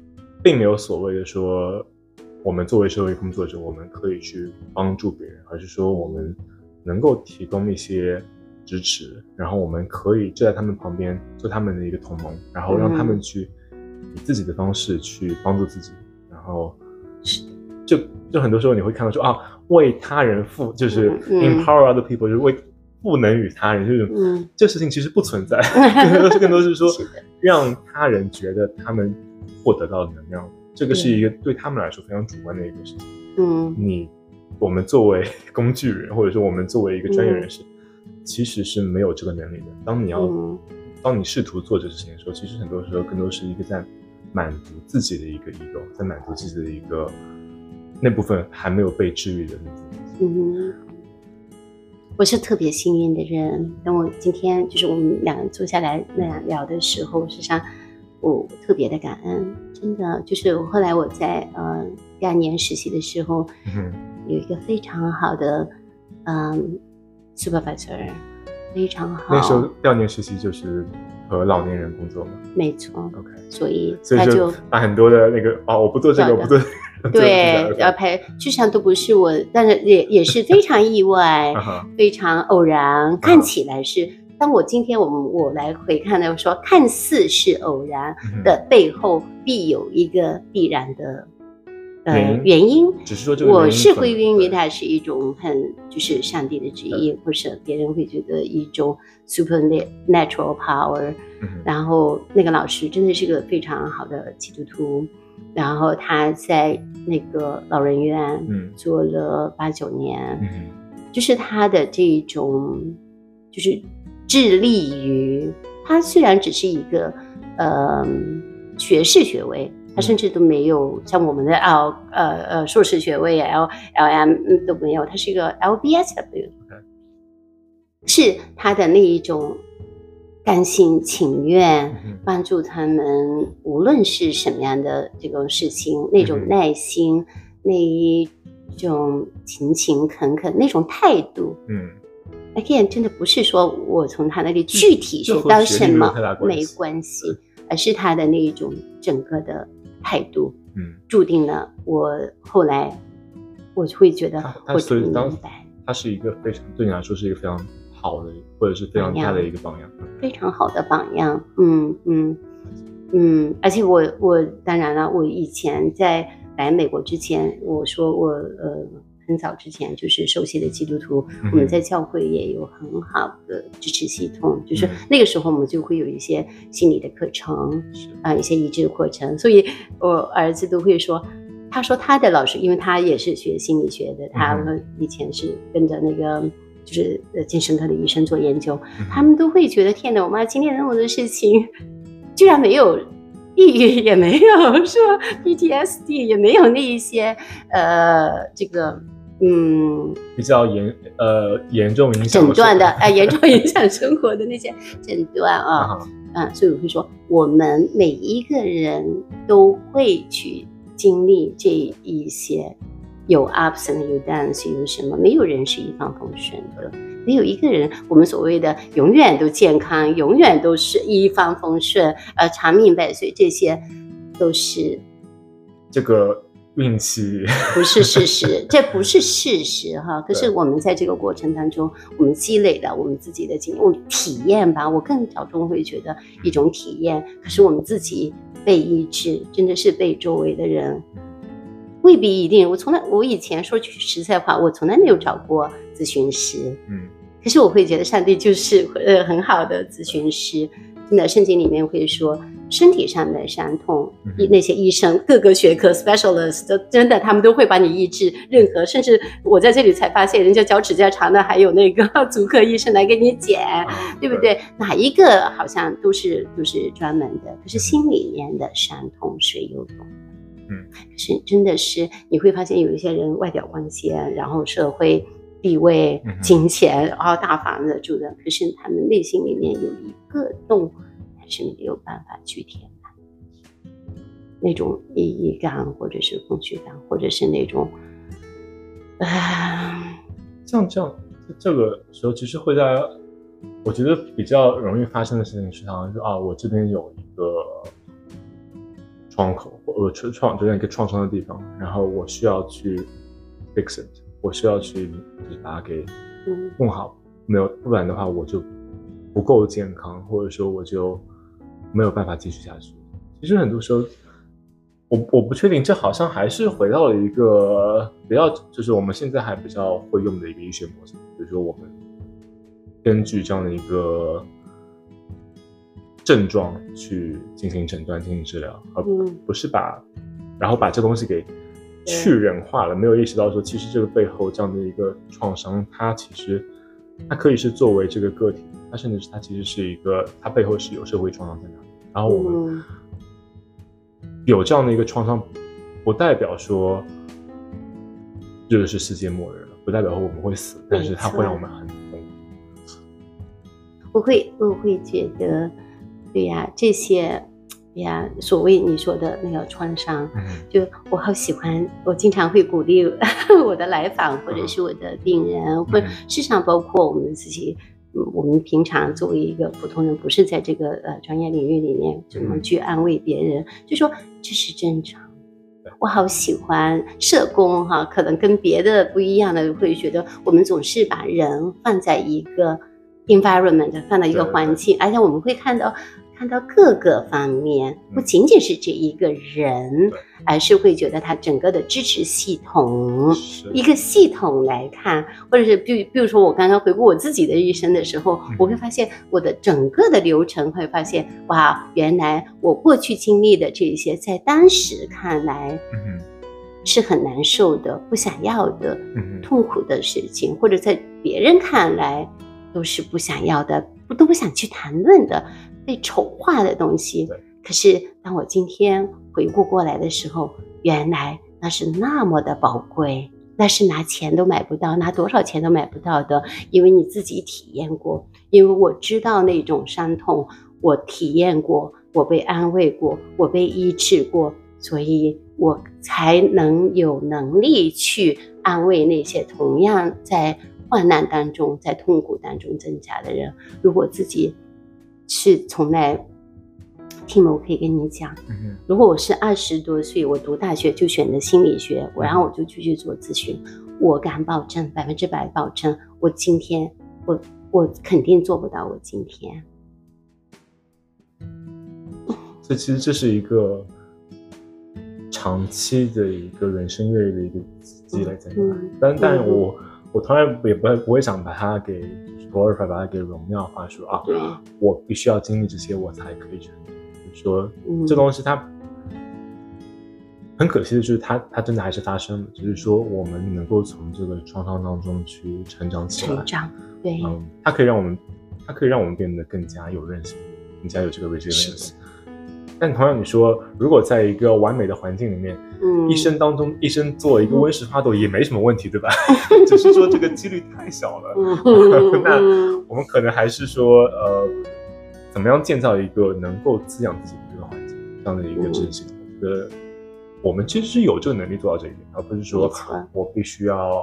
并没有所谓的说我们作为社会工作者我们可以去帮助别人，而是说我们能够提供一些支持，然后我们可以就在他们旁边做他们的一个同盟，然后让他们去以自己的方式去帮助自己，然后就就很多时候你会看到说啊，为他人赋就是 empower other people，、嗯、就是为赋能于他人，就是、嗯、这事情其实不存在，更多是更多是说让他人觉得他们获得到能量，这个是一个对他们来说非常主观的一个事情。嗯，你我们作为工具人，或者说我们作为一个专业人士，嗯、其实是没有这个能力的。当你要、嗯、当你试图做这事情的时候，其实很多时候更多是一个在满足自己的一个 ego， 在满足自己的一个那部分还没有被治愈的那部分。嗯， 我是特别幸运的人。当我今天就是我们两个坐下来那样聊的时候，实际上我特别的感恩，真的就是后来我在呃第二年实习的时候，嗯、有一个非常好的嗯 supervisor， 非常好。 那时候第二年实习就是和老年人工作吗？ 没错。 OK， 所以他就把很多的那个哦，我不做这个，我不做。 对，要拍，就像都不是我，但是也也是非常意外，非常偶然，看起来是。当我今天我们我来回看的说，看似是偶然的背后，必有一个必然的呃原因。 只是说这个我是会认为它是一种很就是上帝的旨意，或是别人会觉得一种 supernatural power。然后那个老师真的是个非常好的基督徒。然后他在那个老人院做了八九年，嗯、就是他的这种就是致力于，他虽然只是一个呃学士学位，他甚至都没有像我们的 L 呃呃硕士学位 L L M 都没有，他是一个 L B S W， 是他的那一种甘心情愿帮助他们，无论是什么样的这种事情，那种耐心，那一种勤勤恳恳，那种态度，嗯 ，again 真的不是说我从他那里具体学到什么没关系，而是他的那一种整个的态度，嗯，注定了我后来我会觉得我挺明白， 他是一个非常对你来说是一个非常好的，或者是非常大的一个榜样， 非常好的榜样。嗯嗯嗯，而且我我当然了，我以前在来美国之前，我说我呃很早之前就是熟悉的基督徒，嗯、我们在教会也有很好的支持系统，就是那个时候我们就会有一些心理的课程啊、呃，一些医治课程，所以我儿子都会说。他说他的老师，因为他也是学心理学的，他以前是跟着那个就是呃精神科的医生做研究，嗯、他们都会觉得天哪，我妈经历了那么多事情，居然没有抑郁，也没有说 P T S D， 也没有那一些呃这个嗯比较严呃严重影响诊断的哎、呃、严重影响生活的那些诊断啊，嗯，所以我会说，我们每一个人都会去经历这一些，有 ups and 有 downs， 有什么？没有人是一帆风顺的，没有一个人，我们所谓的永远都健康，永远都是一帆风顺，呃，长命百岁，这些都是这个运气， 不是事实，这不是事实哈。可是我们在这个过程当中，我们积累了我们自己的经验，我们体验吧，我更着重会觉得一种体验。可是我们自己被医治，真的是被周围的人。未必一定，我从来，我以前说句实在话，我从来没有找过咨询师，嗯，可是我会觉得上帝就是呃很好的咨询师。真的，圣经里面会说，身体上的伤痛，嗯、那些医生各个学科 specialist 真的他们都会帮你医治。任何，甚至我在这里才发现，人家脚趾甲长的还有那个足科医生来给你剪，嗯、对不对？哪一个好像都是都是专门的，可是心里面的伤痛谁又懂？嗯，是真的是你会发现有一些人外表光鲜，然后社会地位、金钱，然后大房子住的，可是他们内心里面有一个洞，还是没有办法去填满，那种意义感，或者是空虚感，或者是那种，啊， 像这样这个时候，其实会在我觉得比较容易发生的事情是，好像说啊，我这边有一个窗口， 我创这样一个创伤的地方，然后我需要去 fix it， 我需要去就是把它给弄好，没有，不然的话我就不够健康，或者说我就没有办法继续下去。其实很多时候，我我不确定，这好像还是回到了一个比较，就是我们现在还比较会用的一个医学模式，比如说我们根据这样的一个症状去进行诊断、进行治疗，而不是把，然后把这东西给去人化了，没有意识到说，其实这个背后这样的一个创伤，它其实它可以是作为这个个体，它甚至是它其实是一个，它背后是有社会创伤在那里。然后我们有这样的一个创伤，不代表说这个是世界末日了，不代表说我们会死，但是它会让我们很痛苦。 我会我会觉得，对呀，这些。呀，所谓你说的那个创伤，嗯、就我好喜欢，我经常会鼓励我的来访或者是我的病人，嗯、或者事实上包括我们自己，嗯、我们平常作为一个普通人，不是在这个呃专业领域里面怎么去安慰别人，嗯、就说这是正常。我好喜欢社工哈，可能跟别的不一样的，会觉得我们总是把人放在一个 environment， 放在一个环境，而且我们会看到。看到各个方面，不仅仅是这一个人，而是会觉得他整个的支持系统，一个系统来看，或者是比比如说我刚刚回顾我自己的一生的时候，嗯、我会发现我的整个的流程，会发现哇，原来我过去经历的这些，在当时看来，嗯、是很难受的、不想要的、嗯、痛苦的事情，或者在别人看来都是不想要的、不都不想去谈论的。被丑化的东西，可是当我今天回顾过来的时候，原来那是那么的宝贵，那是拿钱都买不到，拿多少钱都买不到的，因为你自己体验过，因为我知道那种伤痛，我体验过，我被安慰过，我被医治过，所以我才能有能力去安慰那些同样在患难当中、在痛苦当中挣扎的人。如果自己是从来听了，我可以跟你讲，嗯、如果我是二十多岁，我读大学就选择心理学，我然后我就继续做咨询，我敢保证百分之百保证，我今天我我肯定做不到我今天。 所以其实这是一个长期的一个人生阅历的一个积累在那里，嗯、但但我、嗯、我同样也不会不会想把它给glorify， 把它给荣耀化，说啊，我必须要经历这些，我才可以成长。就是说，嗯、这东西它很可惜的就是它，它真的还是发生了。只是说，我们能够从这个创伤当中去成长起来。 成长，对， 嗯，它可以让我们，它可以让我们变得更加有韧性，更加有这个 resilience。但同样，你说，如果在一个完美的环境里面，嗯，一生当中，一生做一个温室花朵也没什么问题，对吧？只是说这个几率太小了。嗯、那我们可能还是说，呃，怎么样建造一个能够滋养自己的这个环境，这样的一个支持系统？我觉得我们其实是有这个能力做到这一点，而不是说我必须要。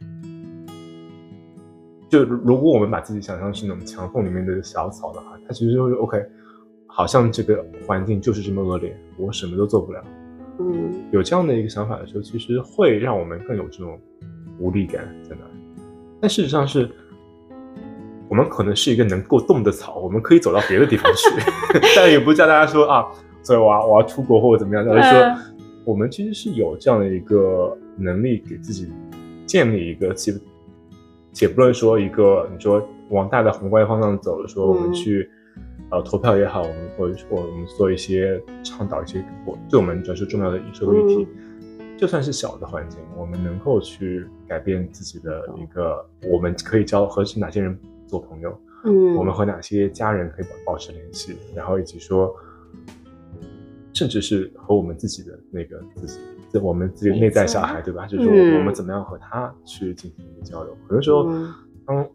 就如果我们把自己想象是那种墙缝里面的小草的话，它其实就是 OK。好像这个环境就是这么恶劣，我什么都做不了。嗯，有这样的一个想法的时候，其实会让我们更有这种无力感在那里。但事实上是，我们可能是一个能够动的草，我们可以走到别的地方去。但也不是叫大家说啊，所以我要我要出国或者怎么样，而是说我们其实是有这样的一个能力，给自己建立一个且且不论说一个你说往大的宏观方向走，说我们去。嗯呃，投票也好，我们或者说我们做一些倡导一些对我们来说重要的社会议题，嗯、就算是小的环境，我们能够去改变自己的一个，嗯、我们可以交和哪些人做朋友，嗯，我们和哪些家人可以保持联系，然后以及说，甚至是和我们自己的那个自己，我们自己内在小孩，对吧？就是说我们怎么样和他去进行一个交流，很多时候，当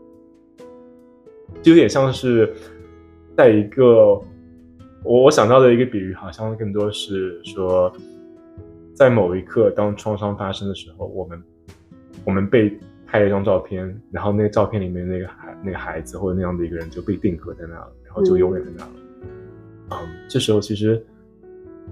就有点像是。在一个我我想到的一个比喻，好像更多是说，在某一刻，当创伤发生的时候，我们我们被拍了一张照片，然后那个照片里面那个孩那个孩子或者那样的一个人就被定格在那了，然后就永远在那了。嗯，嗯这时候其实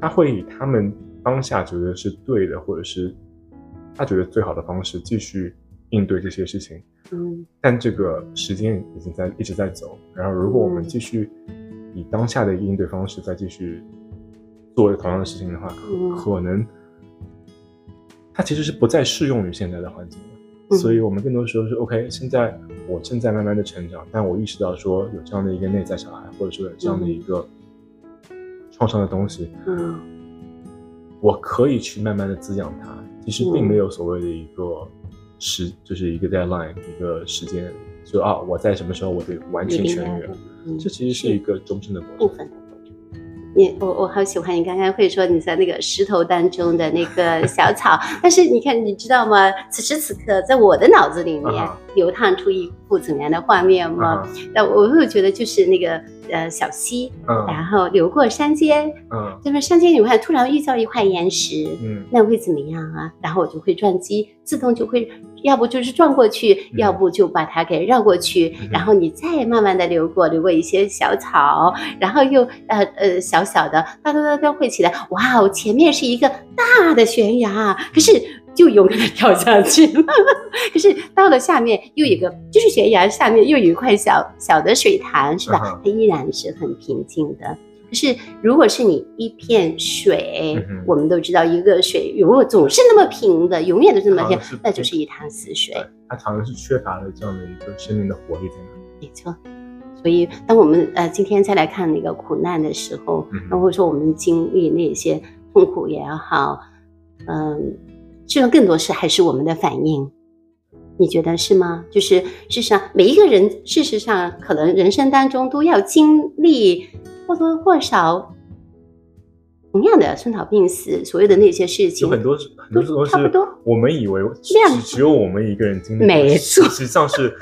他会以他们当下觉得是对的，或者是他觉得最好的方式继续应对这些事情。 嗯， 但这个时间已经在一直在走，然后如果我们继续以当下的应对方式再继续做同样的事情的话， 嗯、 可能它其实是不再适用于现在的环境了。嗯、所以我们更多时候是 OK， 现在我正在慢慢的成长，但我意识到说有这样的一个内在小孩，或者说有这样的一个创伤的东西， 嗯， 我可以去慢慢的滋养它。其实并没有所谓的一个时，就是一个 deadline， 一个时间，就啊，我在什么时候我得完全痊愈，嗯、这其实是一个终身的过程。 你我我好喜欢你刚刚会说你在那个石头当中的那个小草，但是你看你知道吗？此时此刻在我的脑子里面流淌出一幅怎么样的画面吗？那、uh huh. 我会觉得就是那个呃小溪，嗯、uh huh. 然后流过山间，嗯、uh， 那、huh. 么山间你会突然遇到一块岩石，嗯， uh huh. 那会怎么样啊？然后我就会转机，自动就会，要不就是撞过去， uh huh. 要不就把它给绕过去， uh huh. 然后你再慢慢的流过，流过一些小草，然后又呃呃小。小小的哒哒哒哒会起来，哇哦！前面是一个大的悬崖，可是就勇敢的跳下去了。可是到了下面又有一个，就是悬崖下面又有一块小小的水潭，是吧？ uh huh. 它依然是很平静的。可是如果是你一片水，嗯、我们都知道一个水如果总是那么平的，永远都是那么平，那就是一潭死水。 它常常是缺乏了这样的一个生命的活力在那。 没错。所以当我们呃今天再来看那个苦难的时候，那、嗯、或者说我们经历那些痛苦也好，嗯，这个更多是还是我们的反应，你觉得是吗？就是事实上每一个人事实上可能人生当中都要经历或多或少同样的生老病死，所有的那些事情， 有很多很多都是差不多，我们以为只只有我们一个人经历， 没错， 实际上是。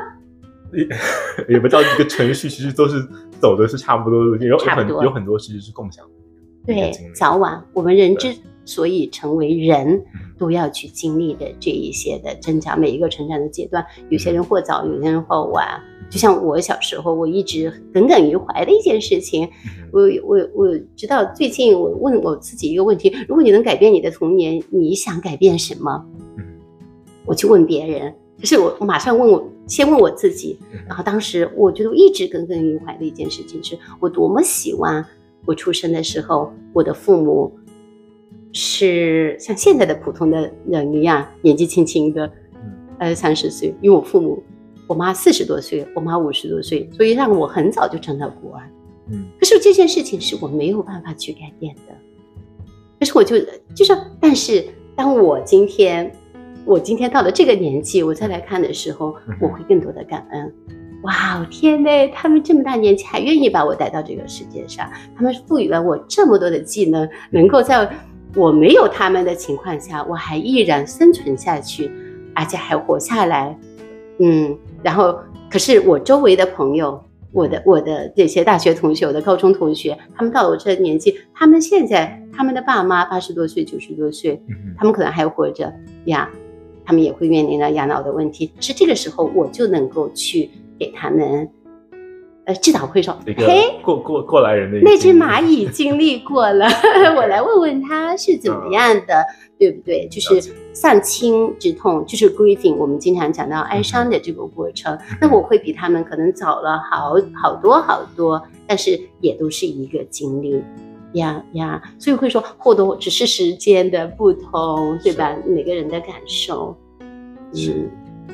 也不叫一个程序，其实都是走的是差不多的，有有很有很多其实是共享的。 对，早晚我们人之所以成为人，都要去经历的这一些的挣扎，每一个成长的阶段，有些人或早，有些人或晚。就像我小时候，我一直耿耿于怀的一件事情，我我我直到最近，我问我自己一个问题：如果你能改变你的童年，你想改变什么？我去问别人。可是我马上问我，先问我自己，然后当时我觉得我一直耿耿于怀的一件事情是，我多么希望我出生的时候，我的父母是像现在的普通的人一样，年纪轻轻的，呃，三十岁，因为我父母，我妈四十多岁，我妈五十多岁，所以让我很早就成了孤儿。嗯，可是这件事情是我没有办法去改变的。可是我就就说，但是当我今天。我今天到了这个年纪，我再来看的时候，我会更多的感恩。哇，天哪！他们这么大年纪还愿意把我带到这个世界上，他们赋予了我这么多的技能，能够在我没有他们的情况下，我还依然生存下去，而且还活下来。嗯，然后可是我周围的朋友，我的我的这些大学同学，我的高中同学，他们到了我这个年纪，他们现在他们的爸妈八十多岁、九十多岁，他们可能还活着呀。他们也会面临到养老的问题，是这个时候我就能够去给他们，呃，至少会说， 嘿，过过过来人的那只蚂蚁经历过了，我来问问他是怎么样的，嗯、对不对？就是丧亲之痛，就是 grieving， 我们经常讲到哀伤的这个过程，嗯、那我会比他们可能早了好好多好多，但是也都是一个经历。呀呀，所以会说或多只是时间的不同，对吧？每个人的感受是。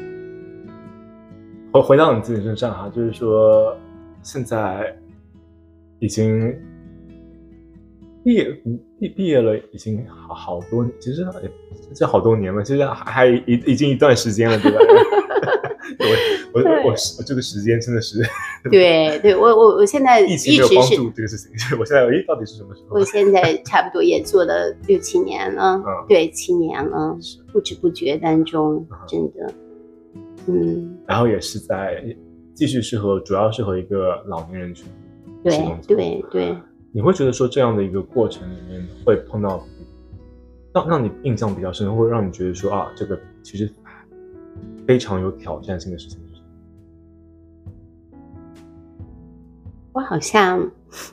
回回到你自己身上哈，就是说现在已经毕业毕毕业了，已经好好多，其实这好多年了，其实还还已已经一段时间了，对吧？我我我我这个时间真的是对对，我我我现在疫情没有帮助这个事情，我现在诶到底是什么时候？ 我现在差不多也做了六七年了，嗯、对，七年了，不知不觉当中，真的，嗯。 然后也是在继续适合，主要适合一个老年人群。 对对对。 你会觉得说这样的一个过程里面会碰到让让你印象比较深，会让你觉得说啊，这个其实非常有挑战性的事情是什么？ 我好像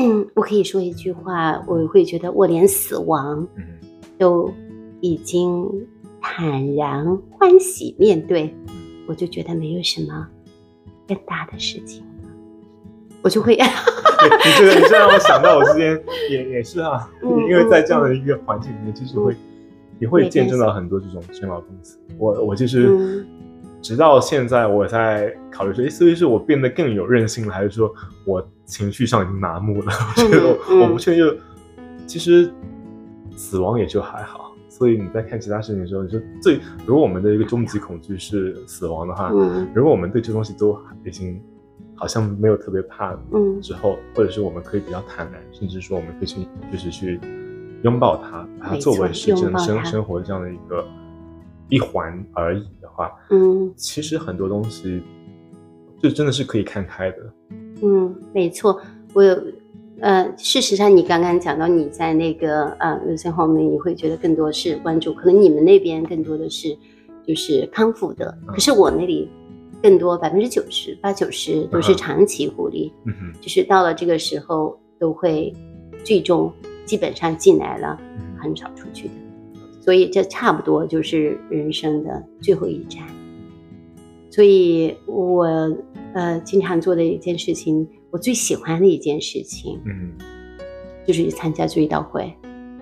我可以说一句话，我会觉得我连死亡都已经坦然欢喜面对，我就觉得没有什么更大的事情了，我就会。 你这个你这让我想到我之前也也是啊，嗯、因为在这样的一个环境里面，就是会、嗯、也会见证到很多这种生老病死。我我其实、嗯、直到现在我在考虑说，所以是我变得更有韧性了，还是说我情绪上已经麻木了？我觉得我、嗯、我不确定就。其实死亡也就还好，所以你在看其他事情的时候，你说最如果我们的一个终极恐惧是死亡的话，嗯、如果我们对这东西都已经好像没有特别怕之后，嗯、或者是我们可以比较坦然，甚至说我们可以去就是去拥抱它，把它作为是真生生活这样的一个一环而已的话，嗯，其实很多东西就真的是可以看开的。 嗯，没错，我有。呃，事实上，你刚刚讲到你在那个呃nursing home你会觉得更多是关注，可能你们那边更多的是就是康复的，嗯、可是我那里更多百分之九十八九十都是长期护理，嗯、就是到了这个时候都会最终基本上进来了，嗯、很少出去的，所以这差不多就是人生的最后一站。所以我呃经常做的一件事情。我最喜欢的一件事情，嗯，就是参加追悼会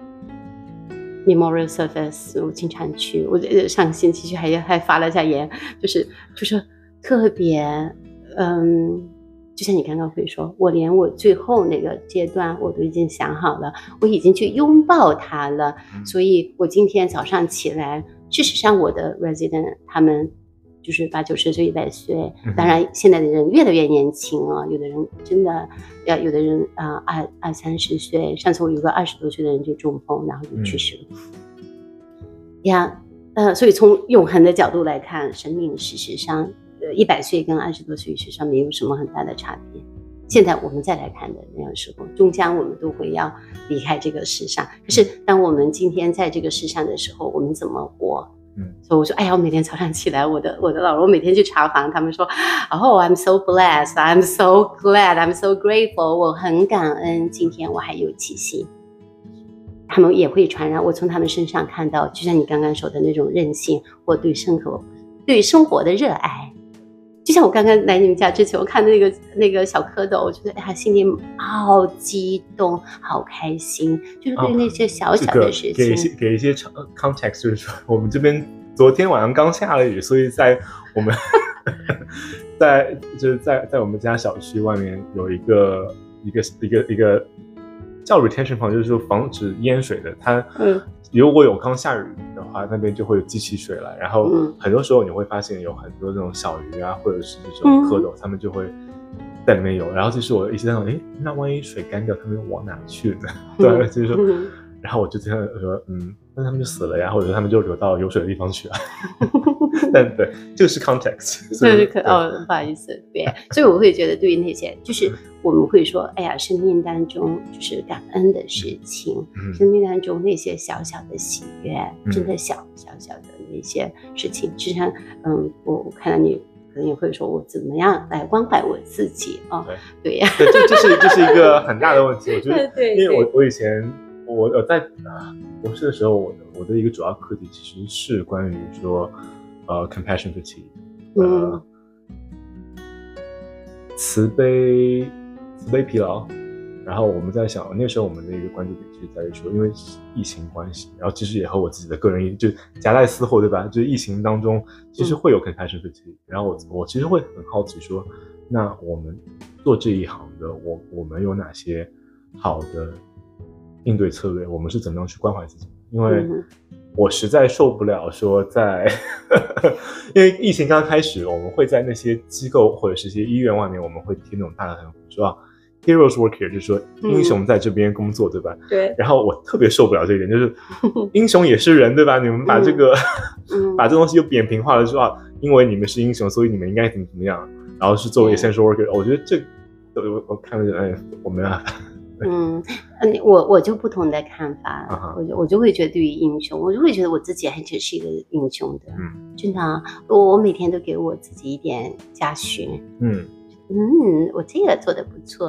，Memorial Service， 我经常去。我上个星期去还还发了下言，就是就是特别，嗯，就像你刚刚会说，我连我最后那个阶段我都已经想好了，我已经去拥抱它了。嗯、所以我今天早上起来，事实上我的 resident 他们。就是八九十岁、一百岁，当然现在的人越来越年轻啊，有的人真的，要有的人啊、呃、二二三十岁，上次我有个二十多岁的人就中风，然后就去世了。呀、嗯，呃，所以从永恒的角度来看，生命事实上，呃，一百岁跟二十多岁事实上没有什么很大的差别。现在我们再来看的那个时候，终将我们都会要离开这个世上。可是当我们今天在这个世上的时候，我们怎么活？嗯，所以我说，哎呀，我每天早上起来，我的我的老人，我每天去查房，他们说，哦 ，I'm so blessed, I'm so glad, I'm so grateful， 我很感恩，今天我还有气息。他们也会传染，我从他们身上看到，就像你刚刚说的那种韧性，或对生活、对生活的热爱。就像我刚刚来你们家之前，我看那个那个小蝌蚪，我觉得哎呀，心里好激动，好开心，就是对那些小小的事情。哦这个、给一些给一些 context， 就是说我们这边昨天晚上刚下了雨，所以在我们在就是在在我们家小区外面有一个一个一个一个叫 retention pond， 就是说防止淹水的。它嗯，如果有刚下雨的话，那边就会积起水来，然后很多时候你会发现有很多这种小鱼啊，或者是这种蝌蚪，他们就会在里面游。然后就是我一直在想，哎，那万一水干掉，他们往哪去呢？对，就是说，然后我就这样说，嗯，那他们就死了呀，或者他们就流到有水的地方去了。但对，这个是 context， 所以可哦，不好意思，对，所以我会觉得对于那些，就是我们会说，哎呀，生命当中就是感恩的事情，嗯、生命当中那些小小的喜悦，嗯、真的小小小的那些事情，实际上，嗯，我我看到你可能也会说，我怎么样来关怀我自己啊？哦、对呀， 对，这这是这是一个很大的问题，我觉得，对对因为我我以前我我在啊博士的时候，我的我的一个主要课题其实是关于说。呃 ，compassion fatigue， 呃，嗯、慈悲慈悲疲劳。然后我们在想，那时候我们的一个关注点其实在于说，因为疫情关系，然后其实也和我自己的个人就夹带私货，对吧？就是疫情当中，其实会有 compassion fatigue。然后我我其实会很好奇说，那我们做这一行的，我我们有哪些好的应对策略？我们是怎么样去关怀自己？因为我实在受不了说在因为疫情刚开始，我们会在那些机构或者是一些医院外面，我们会贴那种大的说啊 heroes work here， 就是说英雄在这边工作，嗯、对吧？ 对。 然后我特别受不了这一点，就是英雄也是人，对吧？你们把这个、嗯、把这东西又扁平化了，说啊，因为你们是英雄，所以你们应该怎么怎么样，然后是作为 essential worker，、嗯、我觉得这我我看了哎，我没办法。 嗯，我我就不同的看法， uh-huh. 我就我就会觉得对于英雄，我就会觉得我自己还真是一个英雄的，嗯，真的、啊，我我每天都给我自己一点嘉许，嗯嗯，我这个做得不错，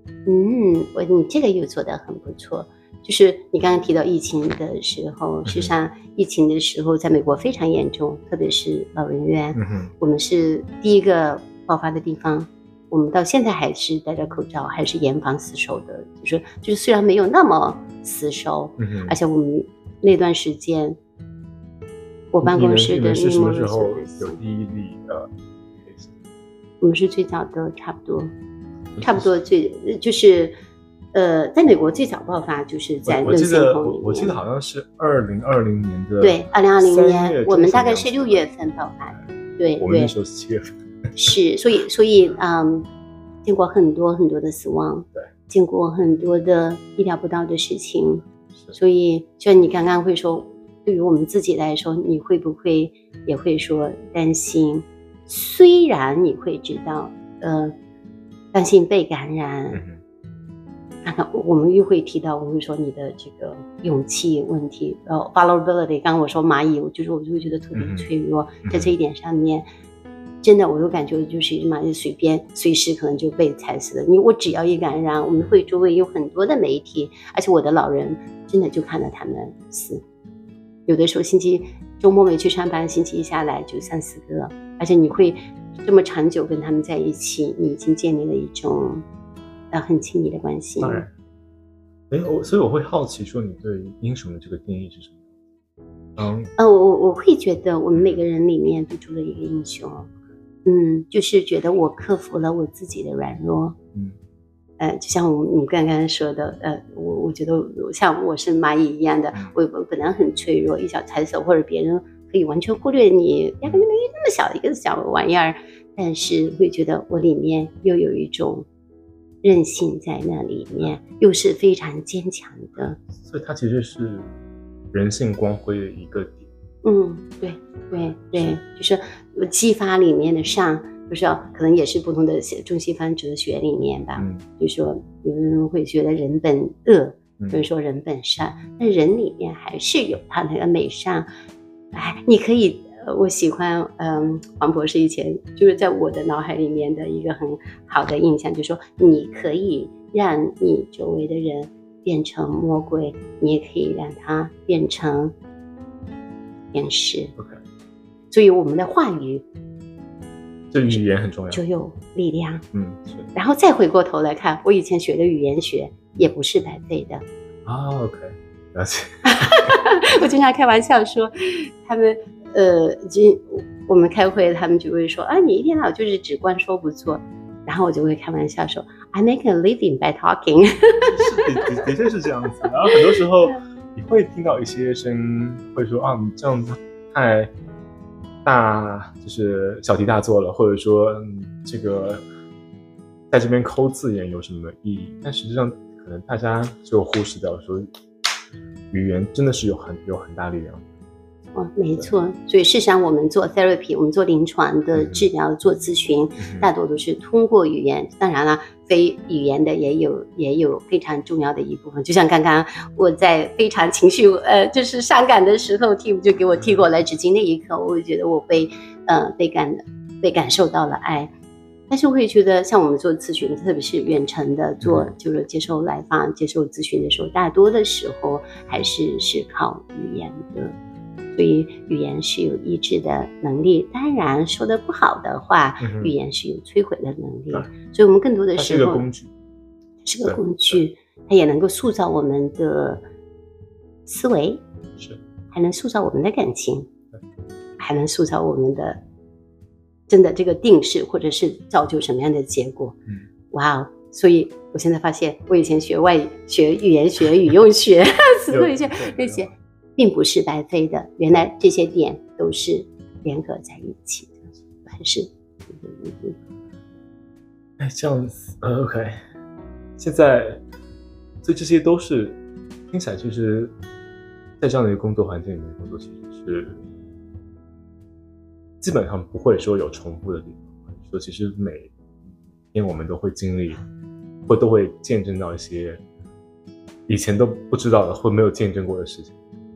嗯，我你这个又做得很不错。就是你刚刚提到疫情的时候，事实上疫情的时候在美国非常严重，特别是老人院， 嗯、 我们是第一个爆发的地方，我们到现在还是戴着口罩，还是严防死守的，就是就是虽然没有那么死守， 嗯、 而且我们那段时间我办公室的是什么时候有第一例的？ 我们是最早的，差不多差不多最就是呃，在美国最早爆发就是在我记得我我记得好像是二零二零年的对，二零二零年我们大概是六月份爆发的，对， 我们那时候是七月份， 是，所以所以嗯，见过很多很多的死亡， 对， 见过很多的意料不到的事情，所以就像你刚刚会说，对于我们自己来说，你会不会也会说担心？虽然你会知道，呃，担心被感染。嗯看看我们又会提到，我会说你的这个勇气问题，呃 ，vulnerability。刚刚我说蚂蚁，我就是我就会觉得特别脆弱，嗯、在这一点上面，真的我有感觉就是蚂蚁随便随时可能就被踩死了。你我只要一感染，我们会周围有很多的媒体，而且我的老人真的就看到他们死，有的时候星期周末没去上班，星期一下来就三四个，而且你会这么长久跟他们在一起，你已经建立了一种。呃，很亲密的关系。 当然，哎，我所以我会好奇说，你对英雄的这个定义是什么？嗯， 呃，我我会觉得我们每个人里面都住了一个英雄，嗯，就是觉得我克服了我自己的软弱，嗯，呃，就像我你刚刚说的，呃，我我觉得像我是蚂蚁一样的，我我本来很脆弱，一小踩手或者别人可以完全忽略你，压根就没那么小的一个小玩意儿，但是会觉得我里面又有一种。韧性在那里面，又是非常坚强的， 所以它其实是人性光辉的一个点。 嗯，对对对，就是激发里面的善，就是可能也是不同的中西方哲学里面吧。嗯，就是说有人会觉得人本恶，有人说人本善，但人里面还是有他那个美善。哎，你可以。我喜欢，嗯，黄博士以前就是在我的脑海里面的一个很好的印象，就是说你可以让你周围的人变成魔鬼，你也可以让他变成天使。 Okay. 所以我们的话语， 这语言很重要， 就有力量。 嗯，是。 然后再回过头来看，我以前学的语言学也不是白费的。 啊 ，OK， 了解。 我经常开玩笑说，他们。呃，就我们开会，他们就会说啊，你一天到晚就是只光说不做，然后我就会开玩笑说 ，I make a living by talking 是的，的确是这样子。然后很多时候你会听到一些声音会说啊，你这样子太大，就是小题大做了，或者说、嗯、这个在这边抠字眼有什么意义？但实际上可能大家就忽视掉说，语言真的是有很有很大力量的。 哦，没错，所以事实上我们做 therapy， 我们做临床的治疗、嗯、做咨询、嗯，大多都是通过语言。当然了，非语言的也有也有非常重要的一部分。就像刚刚我在非常情绪呃就是伤感的时候 ，Tim 就给我递过来纸巾那一刻，我会觉得我被呃被感被感受到了爱。但是我会觉得，像我们做咨询，特别是远程的做，就是接受来访、接受咨询的时候，大多的时候还是是靠语言的。所以语言是有抑制的能力，当然说的不好的话、嗯、语言是有摧毁的能力，所以我们更多的时候它是个工具，是个工具，它也能够塑造我们的思维， 是， 还能塑造我们的感情，还能塑造我们的真的这个定势，或者是造就什么样的结果。嗯，哇哦！所以我现在发现，我以前学外语、学语言学、语用学，所有些那些。并不是白费的，原来这些点都是联合在一起的，还是， 哎，这样子，呃 ，OK， 现在，所以这些都是听起来，其实，在这样的一个工作环境里面工作，其实是基本上不会说有重复的地方，说其实每天我们都会经历，或都会见证到一些以前都不知道的或没有见证过的事情。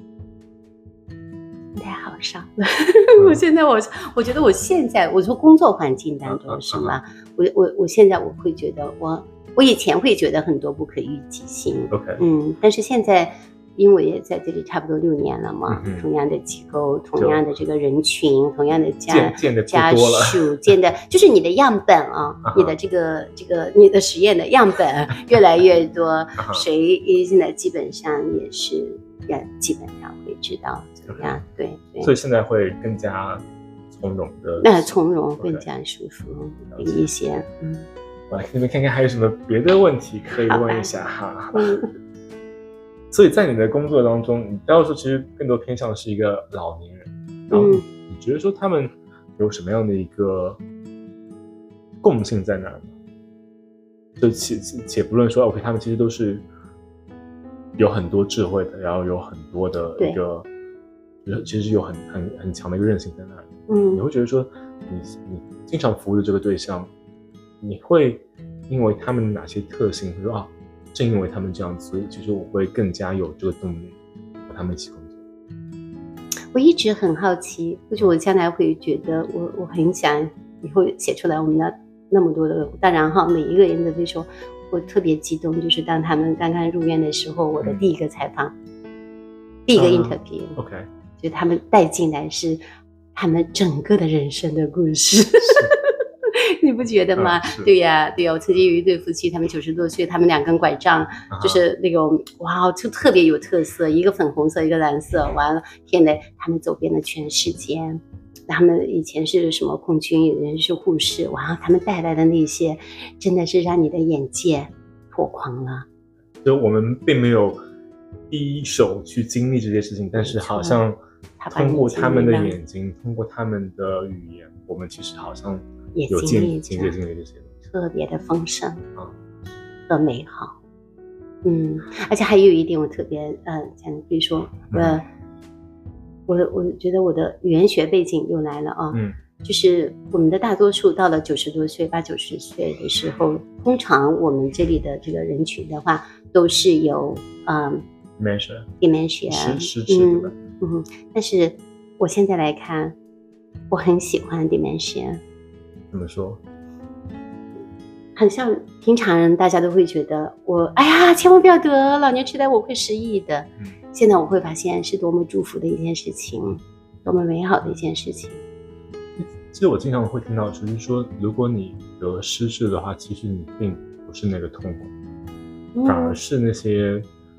太好笑了！我现在我我觉得我现在我说工作环境当中是吗？我我我现在我会觉得我我以前会觉得很多不可预期性 OK， 嗯，但是现在因为我也在这里差不多六年了嘛， 嗯、 同样的机构，同样的这个人群，同样的家见见的家多了， 属，见的就是你的样本啊，你的这个这个你的实验的样本越来越多，谁现在基本上也是也基本上会知道怎么样，对对， 所以现在会更加从容的， 那从容更加舒服一些，嗯。 我来你们看看还有什么别的问题可以问一下哈。 嗯。 所以在你的工作当中，你到时候其实更多偏向是一个老年人，然后你觉得说他们有什么样的一个共性在哪儿呢？就且且不论说 OK， 他们其实都是有很多智慧的，然后有很多的一个，其实有很很很强的一个韧性在那里。嗯，你会觉得说你你经常服务的这个对象，你会因为他们哪些特性，或者说啊？正因为他们这样子，所以其实我会更加有这个动力和他们一起工作。 我一直很好奇，就是我将来会觉得我我很想以后写出来我们的那么多的，当然哈，每一个人都会说，我特别激动，就是当他们刚刚入院的时候，我的第一个采访，嗯、第一个 interview，OK，、uh, 就他们带进来是他们整个的人生的故事。你不觉得吗？嗯、对呀、啊，对呀、啊，我曾经有一对夫妻，他们九十多岁，他们两根拐杖，啊、就是那种哇，就特别有特色，一个粉红色，一个蓝色，完了，天哪，他们走遍了全世界。他们以前是什么空军，有人是护士，哇，他们带来的那些，真的是让你的眼界拓宽了。 就我们并没有第一手去经历这些事情，但是好像通过他们的眼睛，通过他们的语言，我们其实好像有经历经历经历这些东西， 特别的丰盛啊和美好。嗯，而且还有一点我特别呃讲，比如说呃。嗯我我觉得我的语言学背景又来了啊，嗯，就是我们的大多数到了九十多岁、八九十岁的时候，通常我们这里的这个人群的话，都是有嗯 dementia dementia 失失智对吧？ 嗯嗯，但是我现在来看，我很喜欢 dementia。 怎么说？ 很像平常人，大家都会觉得我哎呀，千万不要得老年痴呆，我会失忆的。嗯，现在我会发现是多么祝福的一件事情，多么美好的一件事情。 其实我经常会听到，就是说，如果你得失智的话，其实你并不是那个痛苦，嗯、反而是那些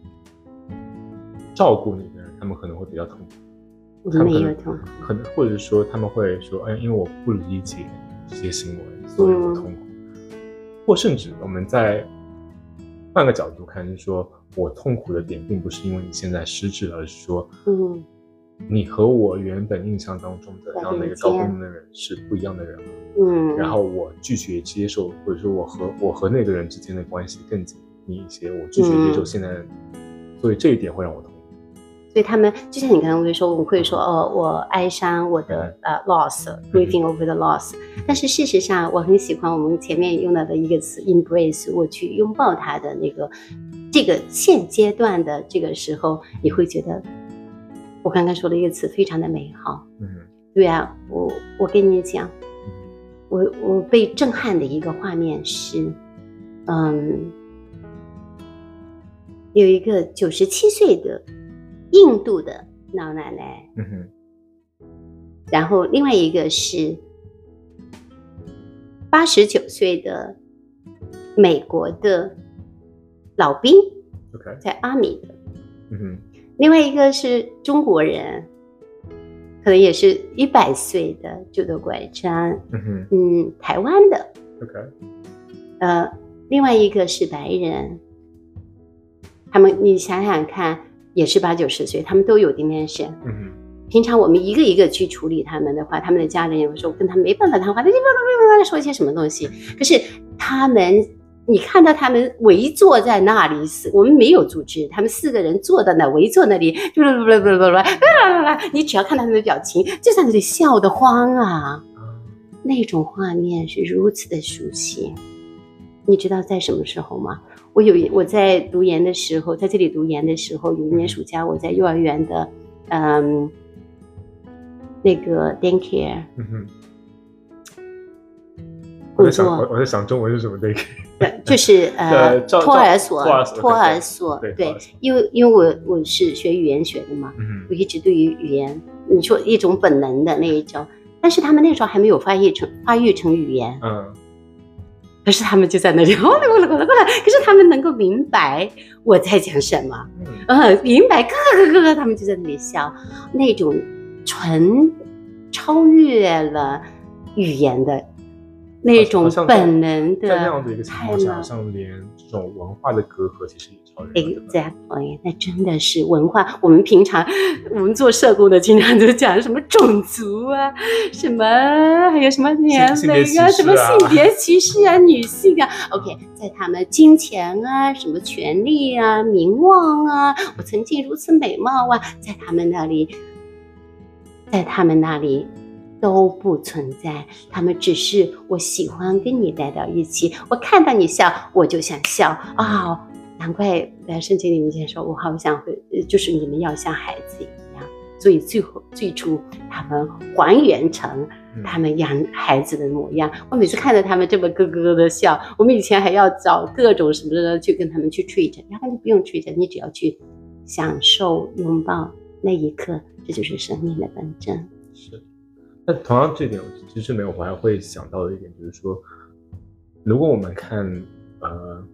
照顾你的人，他们可能会比较痛苦。 他们没有痛苦， 可能或者说他们会说，哎，因为我不理解这些行为，所以我痛苦。嗯，或甚至我们再换个角度看，就是说我痛苦的点并不是因为你现在失智，而是说，嗯，你和我原本印象当中的让那个高功能的人是不一样的人了，嗯，然后我拒绝接受，或者说我和我和那个人之间的关系更紧密一些，我拒绝接受现在的人，嗯，所以这一点会让我痛苦。 所以他们就像你刚刚会说，我们会说哦，我哀伤我的呃 loss，grieving over the loss。但是事实上，我很喜欢我们前面用到的一个词 embrace， 我去拥抱他的那个这个现阶段的这个时候，你会觉得我刚刚说的一个词非常的美好。嗯，对啊，我我跟你讲，我我被震撼的一个画面是，嗯，有一个九十七岁的印度的老奶奶，嗯哼，然后另外一个是八十九岁的美国的老兵， okay. 在阿米的，嗯哼，另外一个是中国人，可能也是一百岁的就得拐杖，嗯哼，嗯，台湾的 ，OK， 呃，另外一个是白人，他们你想想看。也是八九十岁，他们都有 dementia。嗯，平常我们一个一个去处理他们的话，他们的家人有时候跟他们没办法谈话，他就说一些什么东西。可是他们，你看到他们围坐在那里，我们没有组织，他们四个人坐在那围坐那里，你只要看到他们的表情，就在那里笑得慌啊，那种画面是如此的熟悉。你知道在什么时候吗？我有我在读研的时候，在这里读研的时候，有一年暑假，我在幼儿园的，嗯，那个 daycare，嗯哼， 我在想，我在想中文是什么那个？ 对，就是呃托儿所，托儿所，对，因为因为我我是学语言学的嘛，嗯、我一直对于语言，你说一种本能的那一种，但是他们那时候还没有发育成发育成语言，嗯，可是他们就在那里，过来过来过来过来，可是他们能够明白我在讲什么，嗯，呃、明白，咯咯咯咯，他们就在那里笑，那种纯超越了语言的。那种本能的， 在那样的一个情况下，好像连这种文化的隔阂其实也超越了。 Exactly， 那真的是文化。我们平常我们做社工的，经常都讲什么种族啊，什么还有什么年龄啊，什么性别歧视啊，女性啊。OK， 在他们金钱啊，什么权利啊，名望啊，我曾经如此美貌啊，在他们那里，在他们那里。都不存在，他们只是我喜欢跟你待到一起，我看到你笑我就想笑啊、哦，难怪在圣经里面说我好想会，就是你们要像孩子一样，所以最后最初他们还原成他们养孩子的模样、嗯、我每次看到他们这么咯咯的笑，我们以前还要找各种什么的去跟他们去 treat， 然后你不用 treat， 你只要去享受拥抱那一刻，这就是生命的本真。 是。那同样这点，其实没有，我还会想到的一点就是说，如果我们看呃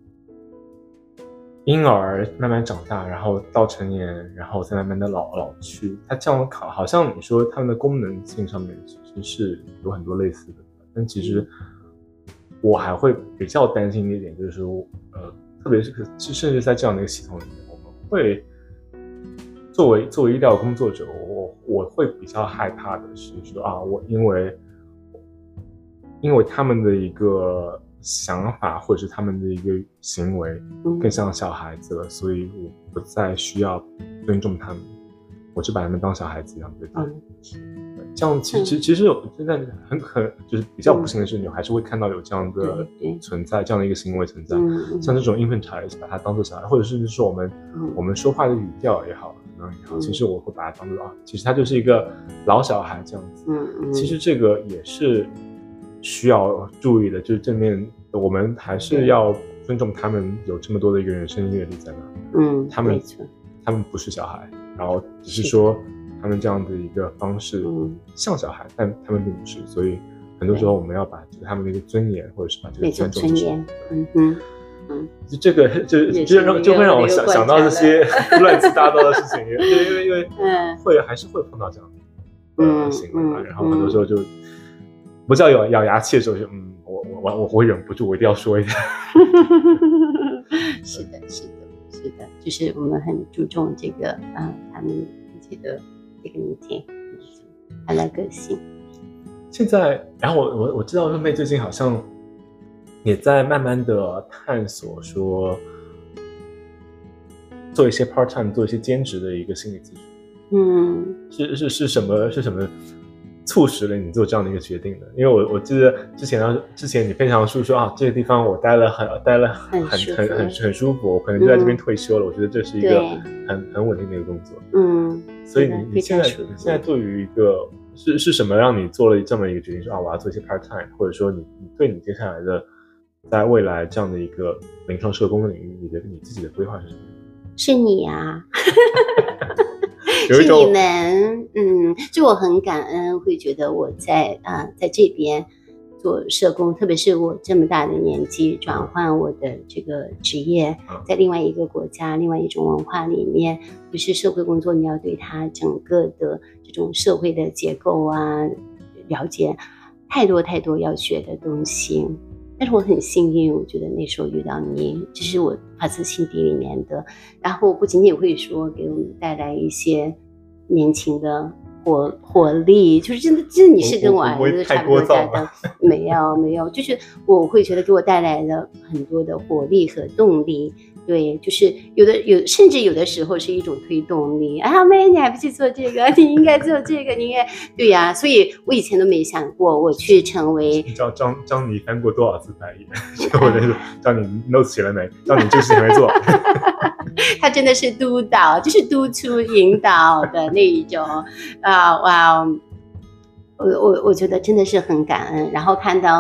婴儿慢慢长大，然后到成年，然后再慢慢的老老去，它这样考，好像你说它们的功能性上面其实是有很多类似的，但其实我还会比较担心的一点就是说，呃，特别是甚至在这样的一个系统里面，我们会。作为作为医疗工作者，我我会比较害怕的是说啊，我因为因为他们的一个想法或者是他们的一个行为更像小孩子了，所以我不再需要尊重他们，我就把他们当小孩子一样对待。嗯、这样其实其实有现在很很就是比较不幸的是，你还是会看到有这样的存在，这样的一个行为存在，像这种 infantile 把它当做小孩，或者是说我们我们说话的语调也好。其实我会把它当做啊，其实他就是一个老小孩这样子。嗯嗯。其实这个也是需要注意的，就是正面，我们还是要尊重他们有这么多的一个人生阅历在那。嗯，他们他们不是小孩，然后只是说他们这样的一个方式像小孩，但他们并不是，所以很多时候我们要把这个他们的一个尊严，或者是把这个尊重。 尊严。嗯哼。 嗯，这个就就让就会让我想想到这些乱七八糟的事情，因为因为因为会还是会碰到这样的呃行为嘛，然后很多时候就不叫咬咬牙切齿，就嗯，我我我我会忍不住，我一定要说一下。 是的，是的，是的，就是我们很注重这个啊，他们自己的这个明天，他的个性。 现在，然后我我我知道润妹最近好像。也在慢慢的探索说做一些 part time 做一些兼职的一个心理咨询。嗯，是是是什么是什么促使了你做这样的一个决定的？因为我我记得之前呢，之前你分享述说啊，这个地方我待了很待了很很很很很舒服，我可能就在这边退休了。嗯、我觉得这是一个很很稳定的一个工作。嗯，所以你你现在你现在对于一个是是什么让你做了这么一个决定？说啊，我要做一些 part time， 或者说你你对你接下来的。在未来这样的一个临床社工的领域，你的你自己的规划是什么？ 是你啊，是你们，嗯，就我很感恩，会觉得我在啊、呃、在这边做社工，特别是我这么大的年纪转换我的这个职业，嗯、在另外一个国家、另外一种文化里面，不是社会工作，你要对它整个的这种社会的结构啊了解，太多太多要学的东西。但是我很幸运，我觉得那时候遇到你，这是我发自心底里面的。然后不仅仅会说给我们带来一些年轻的活活力，就是真的，真的你是跟我儿子差不多大的，没有没有，就是我会觉得给我带来了很多的活力和动力。对，就是有的有，甚至有的时候是一种推动力。啊，妹，你还不去做这个？你应该做这个，你应该对呀、啊。所以我以前都没想过我去成为。 你知道张张你翻过多少次白眼？我在说张你 notes 写了没？张你这个事情没做。 他真的是督导，就是督促引导的那一种啊！哇，我我我觉得真的是很感恩。然后看到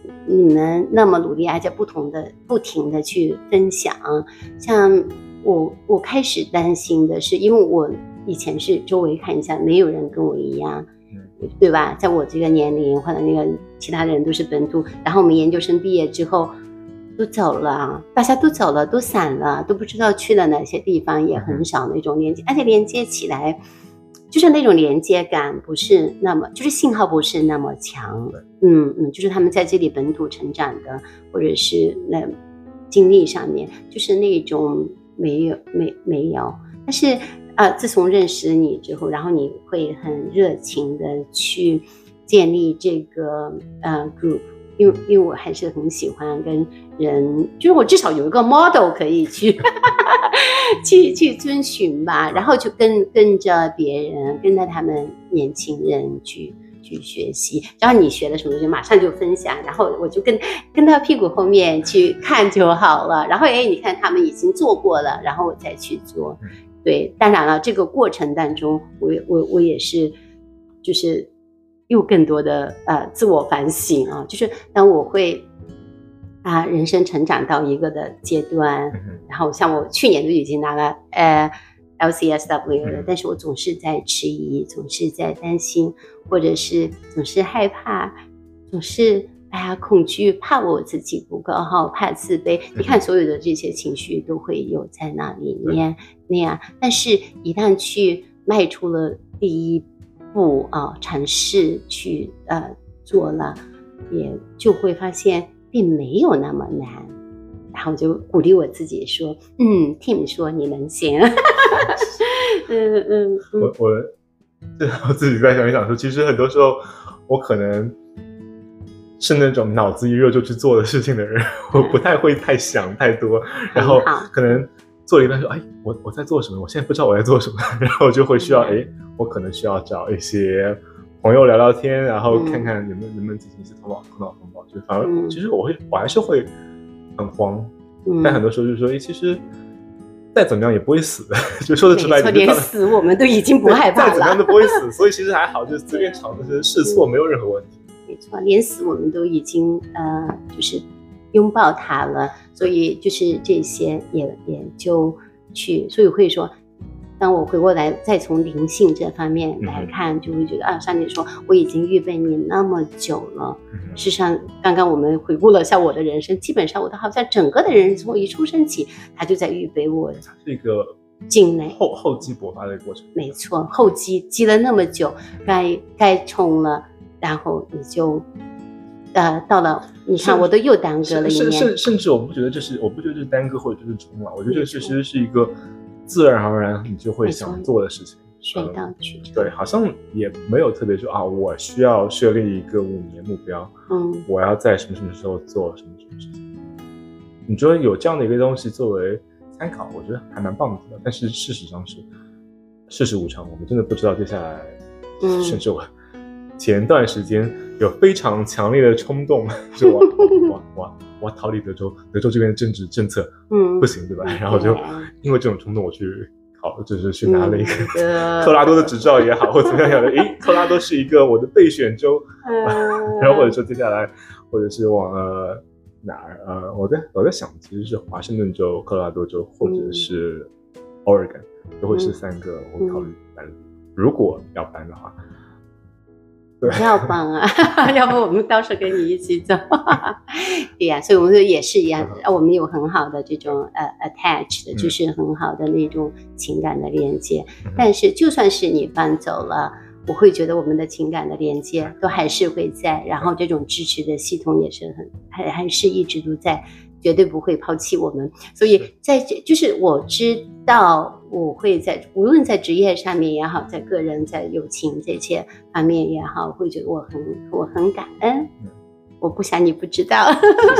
你们那么努力，而且不同的不停的去分享。像我我开始担心的是，因为我以前是周围看一下，没有人跟我一样，对吧？在我这个年龄或者那个其他人都是本土，然后我们研究生毕业之后都走了，大家都走了，都散了，都不知道去了哪些地方，也很少那种连接，而且连接起来就是那种连接感不是那么，就是信号不是那么强。嗯嗯，就是他们在这里本土成长的，或者是那经历上面，就是那种没有没没有，但是呃，自从认识你之后，然后你会很热情的去建立这个呃 group， 因为因为我还是很喜欢跟人，就是我至少有一个 model 可以去去去遵循吧，然后就跟跟着别人，跟着他们年轻人去去学习，然后你学了什么就马上就分享，然后我就跟跟到屁股后面去看就好了，然后哎，你看他们已经做过了，然后我再去做。对，当然了，这个过程当中，我我我也是，就是又更多的呃自我反省啊，就是当我会啊人生成长到一个的阶段，然后像我去年都已经拿了呃 L C S W 了，但是我总是在迟疑，总是在担心，或者是总是害怕，总是哎呀恐惧，怕我自己不够好，怕自卑。你看所有的这些情绪都会有在那里面那样，但是一旦去迈出了第一步啊，尝试去呃做了，也就会发现并没有那么难。然后就鼓励我自己说，嗯 ，Tim 说你能行。嗯嗯嗯， 我我我自己在想一想说，其实很多时候我可能是那种脑子一热就去做的事情的人，我不太会太想太多，然后可能做了一半说，哎，我我在做什么？我现在不知道我在做什么，然后就会需要，哎，我可能需要找一些朋友聊聊天，然后看看能不能能不能进行一些头脑头脑风暴。就反而其实我会我还是会很慌，但很多时候就是说，哎，其实再怎么样也不会死，就说的直白一点， 连死我们都已经不害怕了， 再怎么样都不会死，所以其实还好，就是随便尝试试错没有任何问题。 没错，连死我们都已经呃，就是拥抱它了，所以就是这些也也就去，所以会说，当我回过来再从灵性这方面来看，嗯、就会觉得啊，上帝说我已经预备你那么久了。嗯、事实上，刚刚我们回顾了像我的人生，基本上我的好像整个的人从我一出生起，他就在预备我。 它是一个进来厚厚积薄发的过程。 没错，厚积积了那么久，该该冲了。然后你就，呃，到了，你看我都又耽搁了一年， 甚甚甚至我不觉得这是，我不觉得这是耽搁或者这是冲了，我觉得这其实是一个自然而然你就会想做的事情， 水到渠成。 对，好像也没有特别说啊，我需要设立一个五年目标，嗯，我要在什么什么时候做什么什么事情。你觉得有这样的一个东西作为参考，我觉得还蛮棒的。但是事实上是世事无常，我们真的不知道接下来，嗯，甚至我。前段时间有非常强烈的冲动，就我我我我逃离德州，德州这边的政治政策，嗯，不行，对吧？然后就因为这种冲动，我去考，就是去拿了一个科拉多的执照也好，或怎么样样的。诶，科拉多是一个我的备选州，然后或者说接下来，或者是往呃哪儿呃，我在我在想，其实是华盛顿州、科拉多州或者是 Oregon， 都会是三个我考虑搬。如果要搬的话。 要帮啊，要不我们到时候跟你一起走。对呀、啊，所以我们说也是一样的，我们有很好的这种呃 attach 的，就是很好的那种情感的连接。嗯、但是就算是你搬走了，我会觉得我们的情感的连接都还是会在，然后这种支持的系统也是很还还是一直都在。绝对不会抛弃我们，所以在这就是我知道我会在无论在职业上面也好，在个人在友情这些方面也好，会觉得我很我很感恩。嗯、我不想你不知道。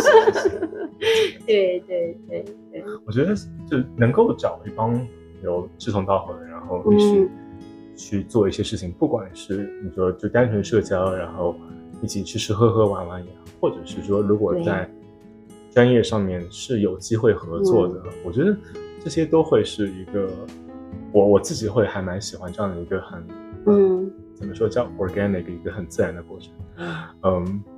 对对对对， 我觉得就能够找一帮有志同道合的，然后一起去做一些事情，嗯、不管是你说就单纯社交，然后一起吃吃喝喝玩玩也好，或者是说如果在专业上面是有机会合作的，嗯、我觉得这些都会是一个我我自己会还蛮喜欢这样的一个很嗯怎么说叫 organic 一个很自然的过程。嗯，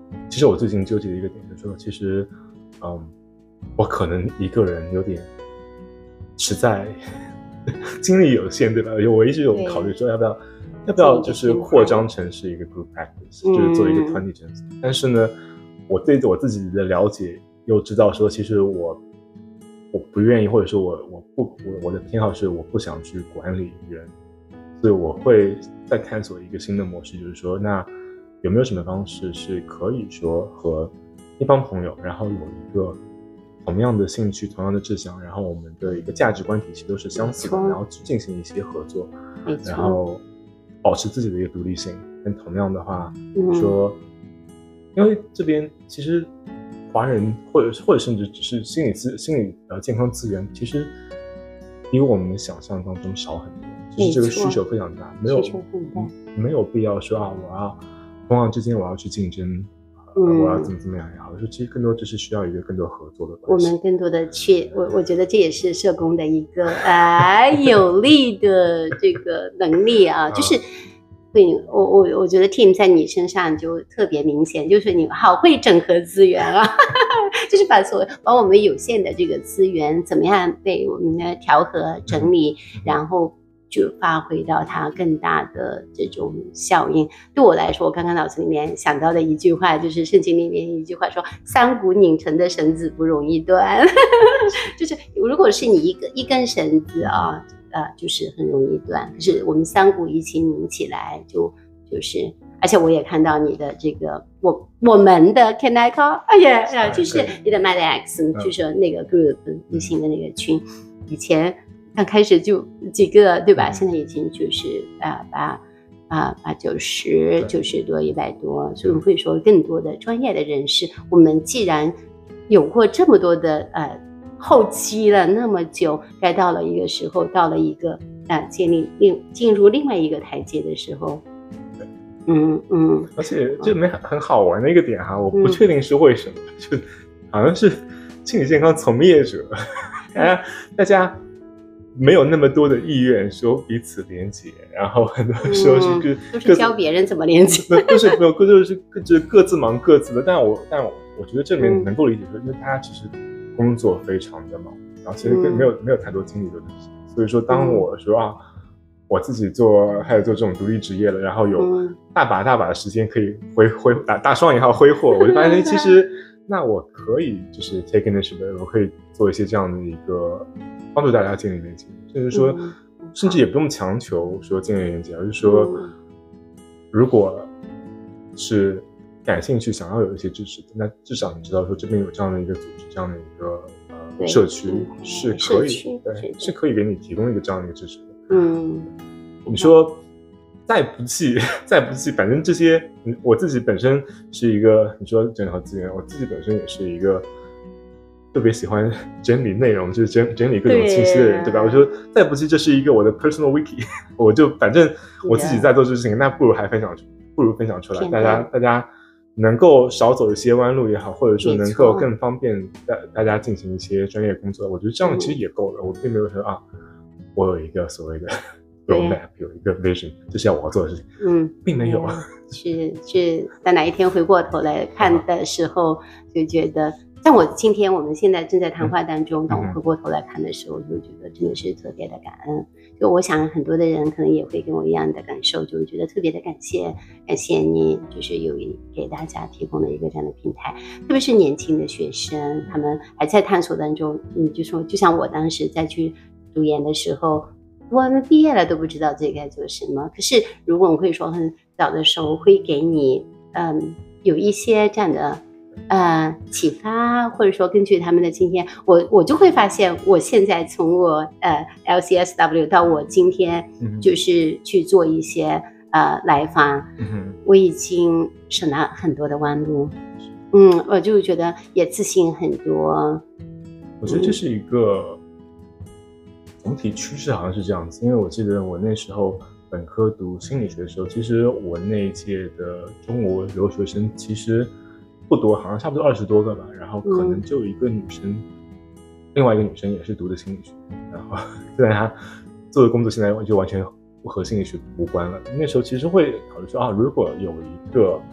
其实我最近纠结的一个点就是说，其实嗯，我可能一个人有点实在精力有限，对吧？我一直有考虑说要不要要不要就是扩张成是一个 group practice，、嗯、就是做一个团体诊所。但是呢，我对我自己的了解又知道说，其实我我不愿意，或者说我我不我我的偏好是我不想去管理人，所以我会再探索一个新的模式，就是说，那有没有什么方式是可以说和一帮朋友，然后有一个同样的兴趣、同样的志向，然后我们的一个价值观体系都是相似的，然后去进行一些合作，然后保持自己的一个独立性。但同样的话，嗯、说，因为这边其实华人或者或者甚至只是心理资心理呃健康资源，其实比我们想象当中少很多，其实这个需求非常大，没有没有必要说啊，我要同行之间我要去竞争。嗯、我要怎么怎么样也好，其实更多就是需要一个更多合作的关系。我们更多的去，我我觉得这也是社工的一个呃有力的这个能力啊，就是对我我我觉得 Tim 在你身上就特别明显，就是你好会整合资源啊，就是把所把我们有限的这个资源怎么样被我们的调和整理，嗯、然后。就发挥到它更大的这种效应。对我来说，我刚刚脑子里面想到的一句话，就是圣经里面一句话说：“三股拧成的绳子不容易断。”就是如果是你一个一根绳子啊，呃，就是很容易断。可是我们三股一起拧起来，就就是，而且我也看到你的这个我我们的 Can I call？ 哎呀，就是你的 MyX， 就是那个 group 一行的那个群，以前。刚开始就几个对吧？现在已经就是啊八啊八九十九十多一百多，所以我们会说更多的专业的人士。我们既然有过这么多的呃后期了那么久，该到了一个时候，到了一个啊建立另进入另外一个台阶的时候。嗯嗯。 而且这里面很好玩的一个点哈，我不确定是为什么，嗯、就好像是心理健康从业者，啊大家。没有那么多的意愿说彼此连结，然后很多时候是各、 嗯、都是教别人怎么连结， 都是没有各就是各就是各自忙各自的。但我但我我觉得这里面能够理解，说因为大家其实工作非常的忙，然后其实没有、嗯、没有太多精力做这些。所以说，当我说啊，我自己做还有做这种独立职业了，然后有大把大把的时间可以挥挥打打双引号挥霍，我就发现其实那我可以就是 take initiative， 我可以做一些这样的一个。帮助大家建立连接，甚至说，嗯、甚至也不用强求说建立连接，而是说，嗯、如果是感兴趣，想要有一些支持的，那至少你知道说这边有这样的一个组织，这样的一个呃社区是可以，对，是可以给你提供一个这样的一个支持的。嗯，你说再不济，再不济，反正这些，我自己本身是一个，你说整合资源，我自己本身也是一个。特别喜欢整理内容，就是整整理各种信息的人， 对, 对吧？我说再不济，这是一个我的 personal wiki， 我就反正我自己在做这事情，那不如还分享出，不如分享出来，大家大家能够少走一些弯路也好，或者说能够更方便大大家进行一些专业工作，我觉得这样其实也够了。嗯、我并没有说啊，我有一个所谓的 roadmap， 有一个 vision， 这是要我要做的事情，嗯，并没有。 是是，在哪一天回过头来看的时候，就觉得。像我今天我们现在正在谈话当中，当我回过头来看的时候，就觉得真的是特别的感恩。就我想很多的人可能也会跟我一样的感受，就觉得特别的感谢，感谢你就是有给大家提供了一个这样的平台，特别是年轻的学生，他们还在探索当中。嗯，就说就像我当时在去读研的时候，我们毕业了都不知道自己该做什么。可是如果我会说很早的时候会给你，嗯，有一些这样的。呃，启发，或者说根据他们的经验，我我就会发现，我现在从我呃 L C S W 到我今天，就是去做一些呃来访，嗯、我已经省了很多的弯路，嗯，我就觉得也自信很多。 我觉得这是一个总体趋势，好像是这样子，因为我记得我那时候本科读心理学的时候，其实我那一届的中国留学生其实。不多，好像差不多二十多个吧，然后可能就一个女生，嗯、另外一个女生也是读的心理学，然后虽然她做的工作现在就完全不和心理学无关了。那时候其实会考虑说啊，如果有一个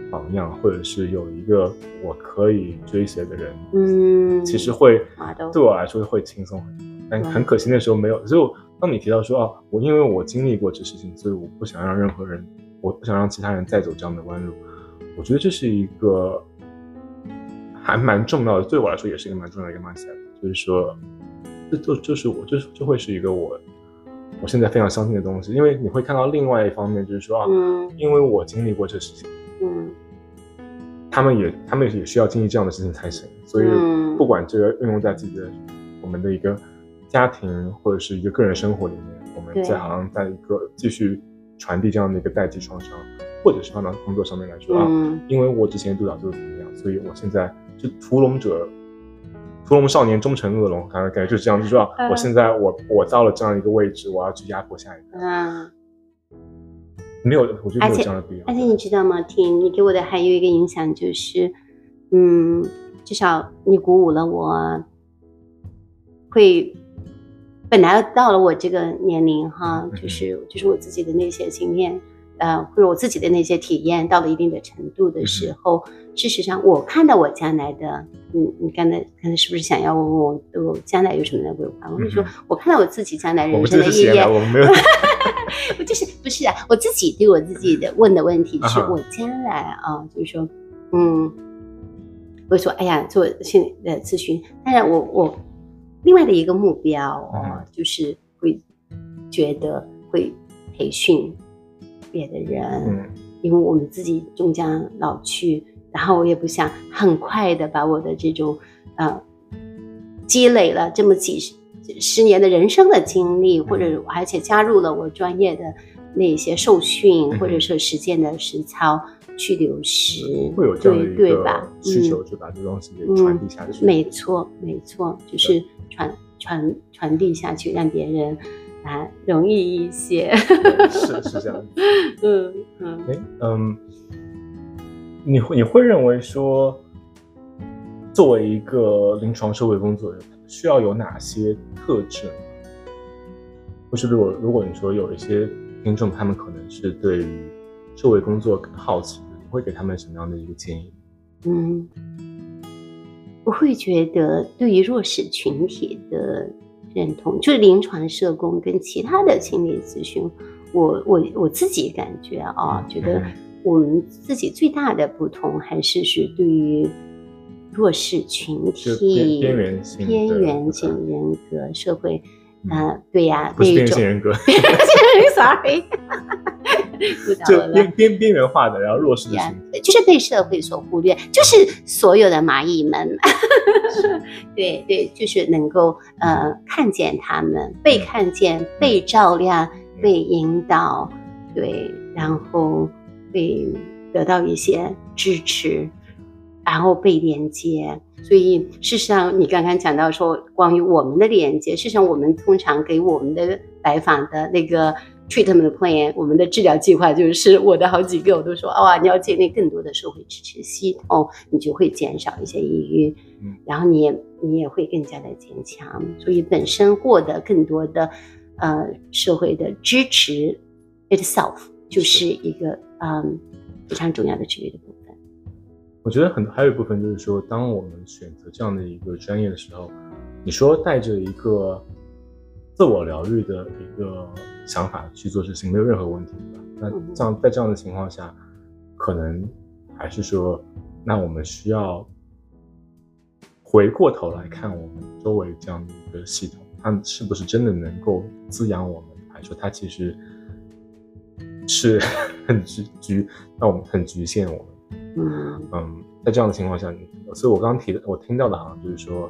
榜样，或者是有一个我可以追随的人， 嗯， 其实会 ，model 对我来说会轻松很多。但很可惜那时候没有。所以当你提到说啊，我因为我经历过这事情，所以我不想让任何人，我不想让其他人再走这样的弯路。我觉得这是一个还蛮重要的，对我来说也是一个蛮重要的一个 mindset， 就是说，这就就是我这就会是一个我我现在非常相信的东西。因为你会看到另外一方面，就是说啊， 嗯， 因为我经历过这事情， 嗯， 他们也他们也需要经历这样的事情才行。所以不管这个运用在自己的我们的一个家庭或者是一个个人生活里面，我们在好像在一个继续传递这样的一个代际创伤，或者是放到工作上面来说啊， 嗯， 因为我之前督导就是怎么样，所以我现在就屠龙者，屠龙少年终成恶龙，好像感觉就是这样，就是说、啊、我现在我我到了这样一个位置，我要去压迫下一个。 嗯， 没有，我觉得没有这样的必要。 而且你知道吗，听你给我的还有一个影响就是，嗯，至少你鼓舞了我，会。本来到了我这个年龄哈，就是就是我自己的那些经验，呃，或者我自己的那些体验到了一定的程度的时候，嗯、事实上我看到我将来的，你你刚才刚才是不是想要问我我将来有什么的规划？我就说我看到我自己将来人生的意义， 我们没有， 我就是不是啊，我自己对我自己的问的问题是我将来啊，就是说，嗯，我说哎呀，做心理的咨询，当然我我。另外的一个目标哦，嗯、就是会觉得会培训别的人，嗯、因为我们自己终将老去，然后我也不想很快的把我的这种呃积累了这么几十十年的人生的经历，嗯、或者而且加入了我专业的那些受训，嗯、或者说实践的实操。去流失， 会有这样的一个需求，就把这东西给传递下去。 嗯、没错，没错，就是传传传递下去，让别人啊容易一些。 是是这样子。 嗯嗯。 哎嗯，你会你会认为说，作为一个临床社会工作者，需要有哪些特质？或是如果如果你说有一些听众，他们可能是对于社会工作更好奇的，你会给他们什么样的一个建议？ 嗯，我会觉得对于弱势群体的认同，就是临床社工跟其他的心理咨询，我我我自己感觉啊，觉得我们自己最大的不同还是是对于弱势群体、 边缘性、 边缘性人格、社会。啊、呃，对呀、啊， 不是边缘性人格， 边缘性人格 ，sorry， 就边边边缘化的，然后弱势的群体， 就是被社会所忽略，就是所有的蚂蚁们，对对，就是能够呃看见他们，被看见、嗯、被照亮、嗯、被引导，对，然后被得到一些支持，然后被连接。所以事实上你刚刚讲到说关于我们的连接，事实上我们通常给我们的来访的那个 treatment plan， 我们的治疗计划就是我的好几个我都说哇，你要建立更多的社会支持系统，你就会减少一些抑郁，嗯、然后你也你也会更加的坚强，所以本身获得更多的呃社会的支持 itself 就是一个嗯非常重要的治愈的部分。 我觉得很还有一部分就是说，当我们选择这样的一个专业的时候，你说带着一个自我疗愈的一个想法去做事情，没有任何问题吧？那这样在这样的情况下，可能还是说，那我们需要回过头来看我们周围这样的一个系统，它是不是真的能够滋养我们，还是说它其实是很局局，让我们很局限我们。 嗯嗯，在这样的情况下，所以我刚刚提的，我听到的好像就是说，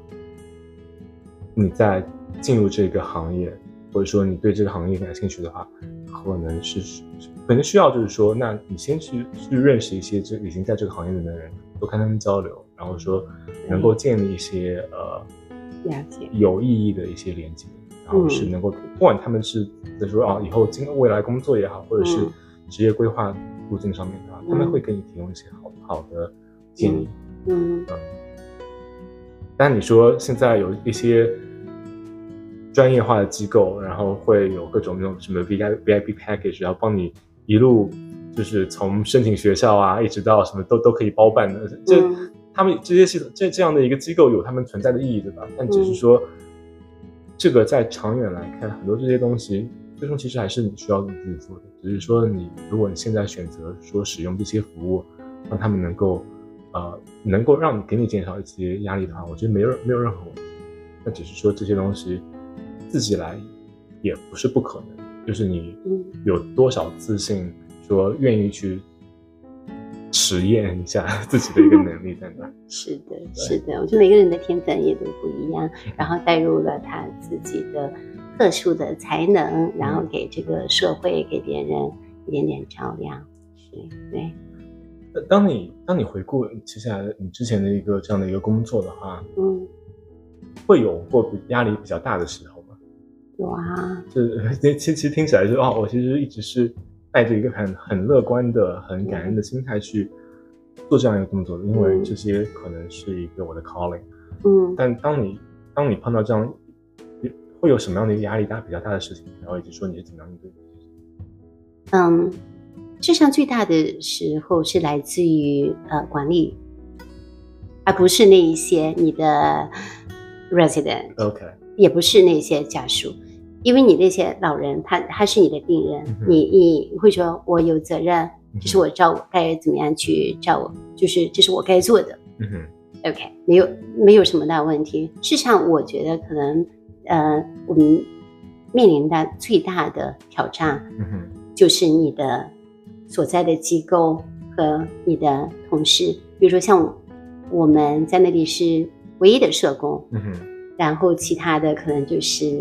你在进入这个行业，或者说你对这个行业感兴趣的话，可能是可能需要就是说，那你先去去认识一些这已经在这个行业的人，多跟他们交流，然后说能够建立一些呃了解有意义的一些连接，然后是能够、嗯、不管他们是在说啊以后今未来工作也好，或者是职业规划路径上面的话，嗯、他们会给你提供一些好好的建议。 嗯 嗯, 嗯，但你说现在有一些专业化的机构，然后会有各种那种什么 V I P package， 然后帮你一路就是从申请学校啊，一直到什么都都可以包办的。这、嗯、他们这些系统这这样的一个机构有他们存在的意义，对吧？但只是说，嗯、这个在长远来看，很多这些东西最终其实还是你需要你自己做的。只是说你，如果你现在选择说使用这些服务，让他们能够呃能够让你给你减少一些压力的话，我觉得没有没有任何问题。那只是说这些东西自己来也不是不可能，就是你有多少自信。说愿意去实验一下自己的一个能力在哪？ 是的，是的，我觉得每个人的天分也都不一样，然后带入了他自己的特殊的才能，然后给这个社会、给别人一点点照亮。是，对。 当你当你回顾接下来你之前的一个这样的一个工作的话，嗯，会有过压力比较大的时候吗？ 有啊， 这其实听起来就哦，我其实一直是。带着一个很很乐观的、很感恩的心态去做这样一个工作的，因为这些可能是一个我的 calling。嗯，但当你当你碰到这样，会有什么样的一个压力大比较大的事情，然后以及说你是怎么样应对？ 嗯，事实上最大的时候是来自于呃管理，而不是那一些你的 resident，OK， 也不是那些家属。因为你那些老人，他他是你的病人，嗯、你你会说，我有责任，这是我照该怎么样去照我，就是这是我该做的。嗯哼 ，OK， 没有没有什么大问题。事实上，我觉得可能呃，我们面临的最大的挑战，嗯哼，就是你的所在的机构和你的同事，比如说像我们在那里是唯一的社工，嗯哼，然后其他的可能就是。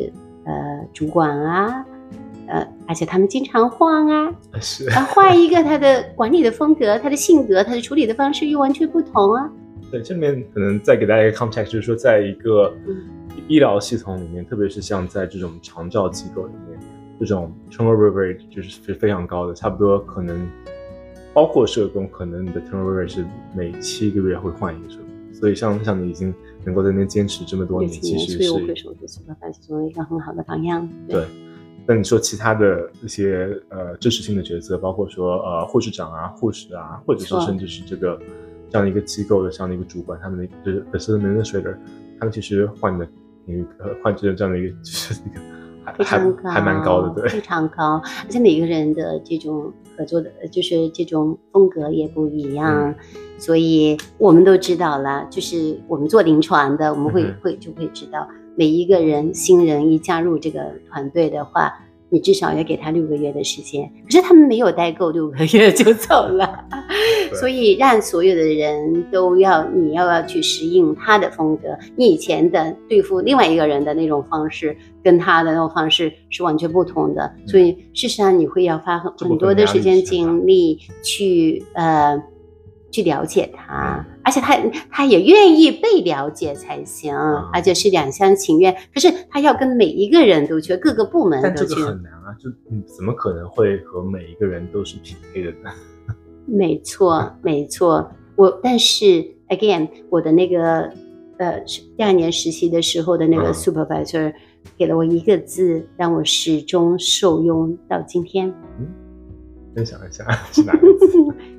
呃，主管啊，呃，而且他们经常换啊， 是啊，换一个他的管理的风格、他的性格、他的处理的方式又完全不同啊。 对，这里面可能再给大家一个 context， 就是说，在一个医疗系统里面，嗯、特别是像在这种长照机构里面，这种 turnover rate 就是非常高的，差不多可能包括社工，可能你的 turnover rate 是每七个月会换一个社工。所以像像你已经能够在那边坚持这么多年，其实是所以我会说这是作为一个很好的榜样。 对，对那你说其他的一些呃支持性的角色，包括说呃护士长啊、护士啊，或者是甚至是这个这样的一个机构的这样的一个主管，他们的就是 administrator， 他们其实换的频率呃换这这样的一个就是一个还非常高， 还蛮高的，对， 非常高，而且每个人的这种合作的，就是这种风格也不一样。嗯所以我们都知道了，就是我们做临床的，我们会、嗯、会就会知道，每一个人新人一加入这个团队的话，你至少要给他六个月的时间。可是他们没有待够六个月就走了，所以让所有的人都要你要要去适应他的风格。你以前的对付另外一个人的那种方式，跟他的那种方式是完全不同的。嗯、所以事实上你会要花很很多的时间精力去呃。去了解他，而且他他也愿意被了解才行，嗯、而且是两厢情愿。可是他要跟每一个人都去，各个部门都去。 但这个很难啊，就你怎么可能会和每一个人都是匹配的呢？ 没错，没错。我但是 again， 我的那个呃第二年实习的时候的那个 supervisor、嗯、给了我一个字，让我始终受用到今天。 嗯，分享一下是哪个字？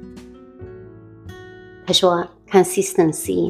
他说 consistency，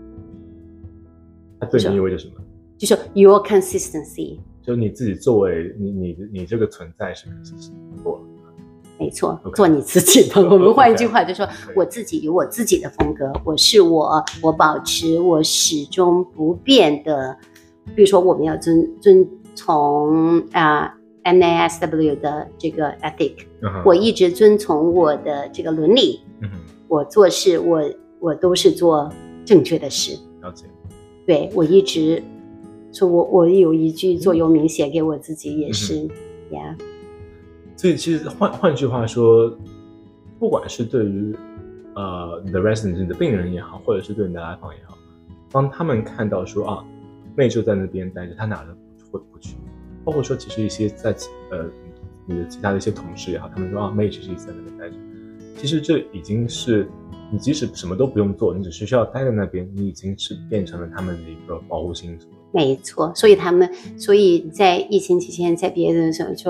他对你意味着什么？ 就说 your consistency， 就你自己作为你你你这个存在是 consistent， 没错， okay. 做你自己的。我们换一句话就说， okay. 我自己有我自己的风格，我是我，我保持我始终不变的。比如说，我们要遵遵从啊、呃、N A S W 的这个 ethic，、uh-huh. 我一直遵从我的这个伦理。Uh-huh.我做事，我我都是做正确的事。 了解。 对，我一直说我我有一句座右铭写给我自己，也是呀。嗯 yeah. 所以其实换换句话说，不管是对于呃你的 resident 你的病人也好，或者是对你的来访也好，当他们看到说啊，妹就在那边待着，他哪都会不去。包括说，其实一些在呃你的其他的一些同事也好，他们说啊，妹其实一直在那边待着。其实这已经是你即使什么都不用做，你只需要待在那边，你已经是变成了他们的一个保护性。 没错，所以他们，所以在疫情期间，在别的时候说，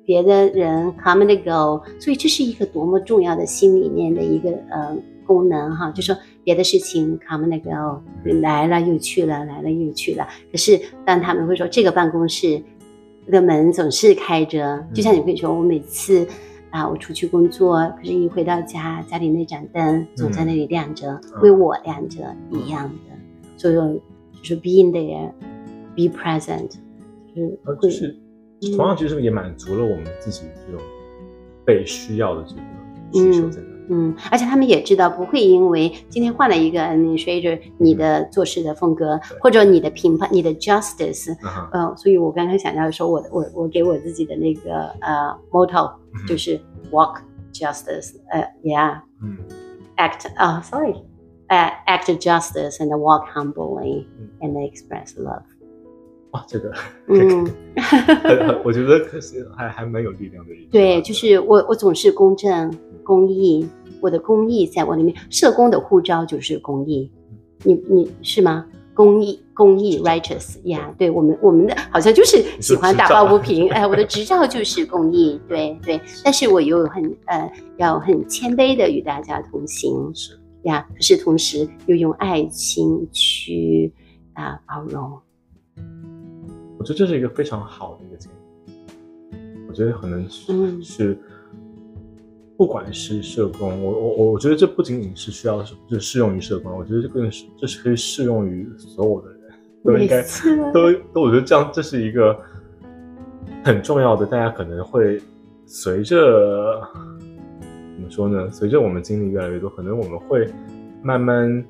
别的人 come and go， 所以这是一个多么重要的心里面的一个呃功能哈，就说别的事情 come and go， 来了又去了，来了又去了。可是当他们会说这个办公室的门总是开着，就像你会说，我每次啊，我出去工作，可是一回到家，家里那盏灯总在那里亮着，嗯、为我亮着一样的。所以说，就是 being there，be present， 就是会。 就是同样，其实也满足了我们自己这种被需要的这个需求在那。 嗯，而且他们也知道，不会因为今天换了一个 administrator， 你的做事的风格，或者你的评判、你的 justice， 呃，所以我刚刚想到说我，我我给我自己的那个呃 motto 就是 walk justice， 呃 ，yeah， 嗯 ，act 啊、uh, ，sorry， uh, act justice and walk humbly and express love。 哇，这个，嗯，我觉得可是还还蛮有力量的一句。 对，就是我我总是公正、公益。我的公益在我里面，社工的护照就是公益，你你是吗？公益公益 righteous 呀、yeah, ，对我们我们的好像就是喜欢打抱不平，哎，我的执照就是公益，对对，但是我又很呃要很谦卑的与大家同行，是呀，可是同时又用爱心去啊、呃、包容。 我觉得这是一个非常好的一个建议，我觉得可能是、嗯、是。不管是社工，我我我觉得这不仅仅是需要就适用于社工，我觉得这更是这是可以适用于所有的人，都应该都都，我觉得这样这是一个很重要的，大家可能会随着怎么说呢？随着我们经历越来越多，可能我们会慢慢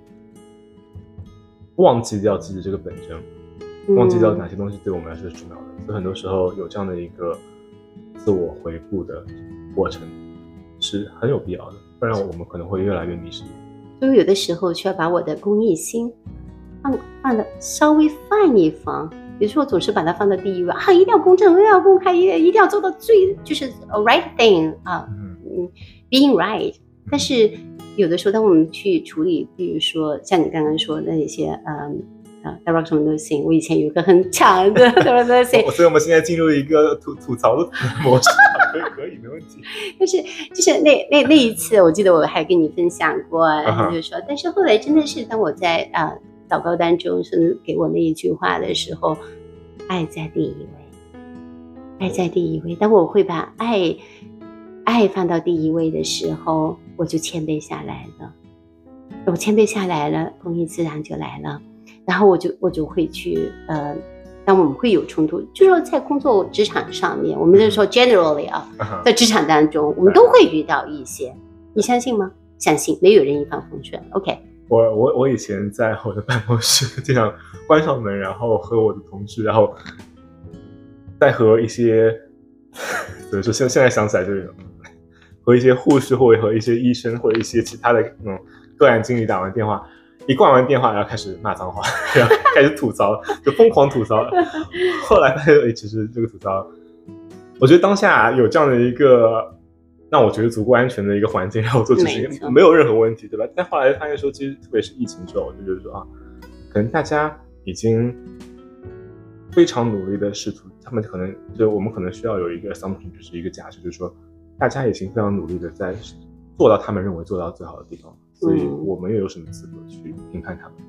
忘记掉自己的这个本真，忘记掉哪些东西对我们来说是重要的，所以很多时候有这样的一个自我回顾的过程。是很有必要的，不然我们可能会越来越迷失。 所以有的时候需要把我的公益心放放的稍微放一放，比如说我总是把它放到第一位啊，一定要公正，一定要公开，一定一定要做到最就是 a right thing 啊，嗯 ，being right。但是有的时候，当我们去处理，比如说像你刚刚说的那些，嗯。啊 ，directional nursing， 我以前有一个很强的 directional nursing， 所以我们现在进入一个吐吐槽的模式，可以可以没问题。 但是就是那那那一次，我记得我还跟你分享过，然后就说， uh-huh. 但是后来真的是当我在啊、呃、祷告当中是给我那一句话的时候，爱在第一位，爱在第一位。当我会把爱爱放到第一位的时候，我就谦卑下来了。我谦卑下来了，公益自然就来了。然后我就我就会去呃，当我们会有冲突，就是说在工作职场上面，我们就说 generally 啊， uh-huh. 在职场当中，我们都会遇到一些，你相信吗？相信，没有人一帆风顺。OK， 我我我以前在我的办公室经常关上门，然后和我的同事，然后再和一些，比如说现现在想起来就是和一些护士或者和一些医生或者一些其他的那种个案经理打完电话。一挂完电话，然后开始骂脏话，然后开始吐槽，就疯狂吐槽。后来发现，哎，其实这个吐槽，我觉得当下有这样的一个让我觉得足够安全的一个环境，让我做这事情没有任何问题，对吧？但后来发现说，其实特别是疫情之后，我就觉得说啊，可能大家已经非常努力的试图，他们可能就我们可能需要有一个 something， 就是一个价值，就是说大家已经非常努力的在做到他们认为做到最好的地方。所以我们又有什么资格去评判他们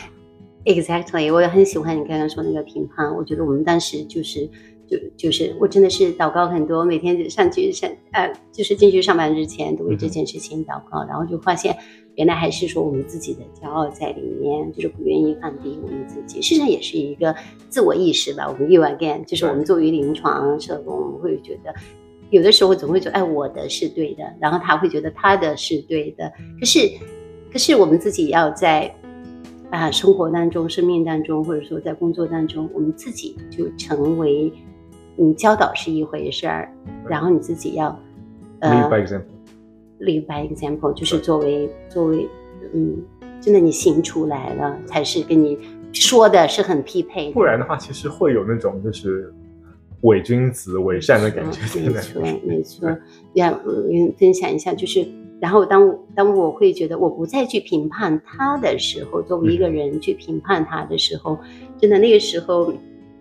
？Exactly， 我也很喜欢你刚刚说那个评判。我觉得我们当时就是就就是我真的是祷告很多，每天上去上呃就是进去上班之前都为这件事情祷告，嗯、然后就发现原来还是说我们自己的骄傲在里面，就是不愿意放低我们自己。事实上也是一个自我意识吧。我们又 again， 就是我们作为临床社工，我们会觉得。有的时候总会觉得，哎，我的是对的，然后他会觉得他的是对的。可是，可是我们自己要在啊、呃、生活当中、生命当中，或者说在工作当中，我们自己就成为，你教导是一回事儿，然后你自己要呃 lead by example， lead by example 就是作为作为嗯，真的你行出来了，才是跟你说的是很匹配的。 不然的话，其实会有那种就是。伪君子、伪善的感觉， 没错，没错。要分享一下，就是然后当当我会觉得我不再去评判他的时候，作为一个人去评判他的时候，真的那个时候，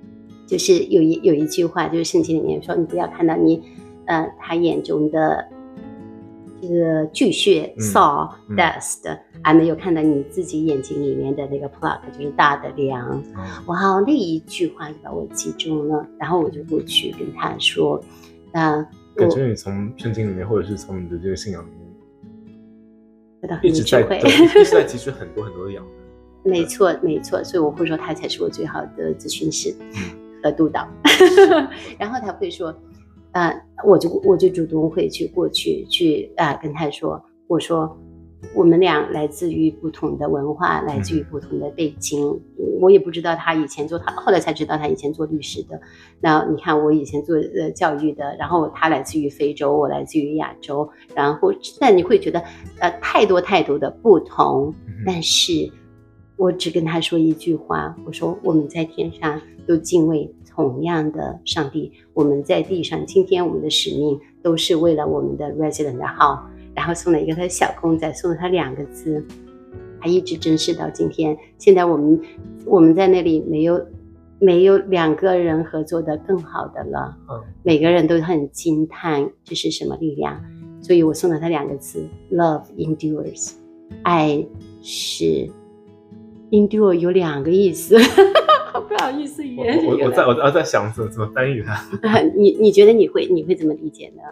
就是有一有一句话，就是圣经里面说，你不要看到你呃他眼中的这个巨蟹 saw、嗯、dust，还、嗯、没有看到你自己眼睛里面的那个 plug， 就是大的梁。嗯、哇，那一句话就把我击中了，然后我就过去跟他说，那感觉你从圣经里面，或者是从你的这个信仰里面， 一直在一直在汲取很多很多的养分。 没错，没错，所以我会说他才是我最好的咨询师和督导。然后他会说，呃，我就我就主动会去过去去啊、呃、跟他说，我说我们俩来自于不同的文化，来自于不同的背景，嗯、我也不知道他以前做他，后来才知道他以前做律师的。那你看我以前做呃教育的，然后他来自于非洲，我来自于亚洲，然后但你会觉得呃太多太多的不同，嗯、但是。我只跟他说一句话，我说我们在天上都敬畏同样的上帝，我们在地上今天我们的使命都是为了我们的 resident 的好，然后送了一个他的小公仔，送了他两个字，他一直珍视到今天。现在我们我们在那里没有没有两个人合作的更好的了，嗯、每个人都很惊叹这是什么力量，所以我送了他两个字 Love endures， 爱是endure 有两个意思，不好意思， 我我我在我在想怎么怎么翻译它。 你你觉得你会你会怎么理解呢？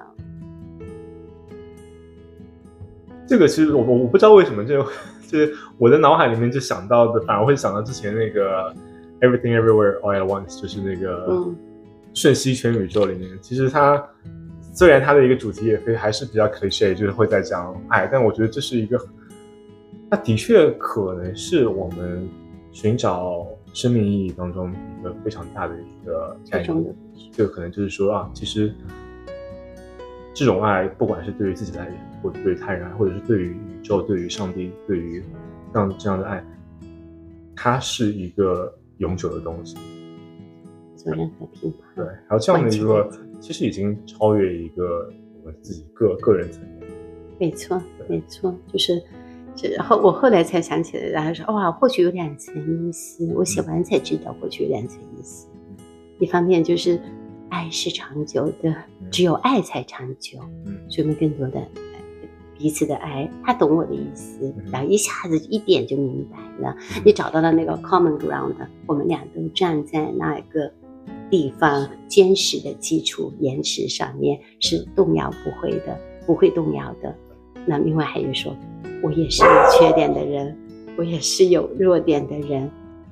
这个其实我我不知道为什么，就就是我的脑海里面就想到的，反而会想到之前那个 Everything Everywhere All at Once， 就是那个瞬息全宇宙里面，嗯、其实它虽然它的一个主题也还是比较 cliché， 就是会在讲爱，但我觉得这是一个。它的确可能是我们寻找生命意义当中一个非常大的一个概念。这个可能就是说啊，其实这种爱，不管是对于自己来言，或者对于他人爱，或者是对于宇宙、对于上帝、对于这样这样的爱，它是一个永久的东西。 责任和评判。 对，还有这样的一个，其实已经超越一个我们自己个个人层面。 没错，没错，就是。然后我后来才想起来，然后说哇，或许有两层意思。我写完才知道，或许有两层意思。一方面就是爱是长久的，只有爱才长久，所以我们更多的彼此的爱。他懂我的意思，然后一下子一点就明白了。你找到了那个 common ground， 我们俩都站在那个地方，坚实的基础岩石上面是动摇不会的，不会动摇的。那另外还有说，我也是有缺点的人，我也是有弱点的人，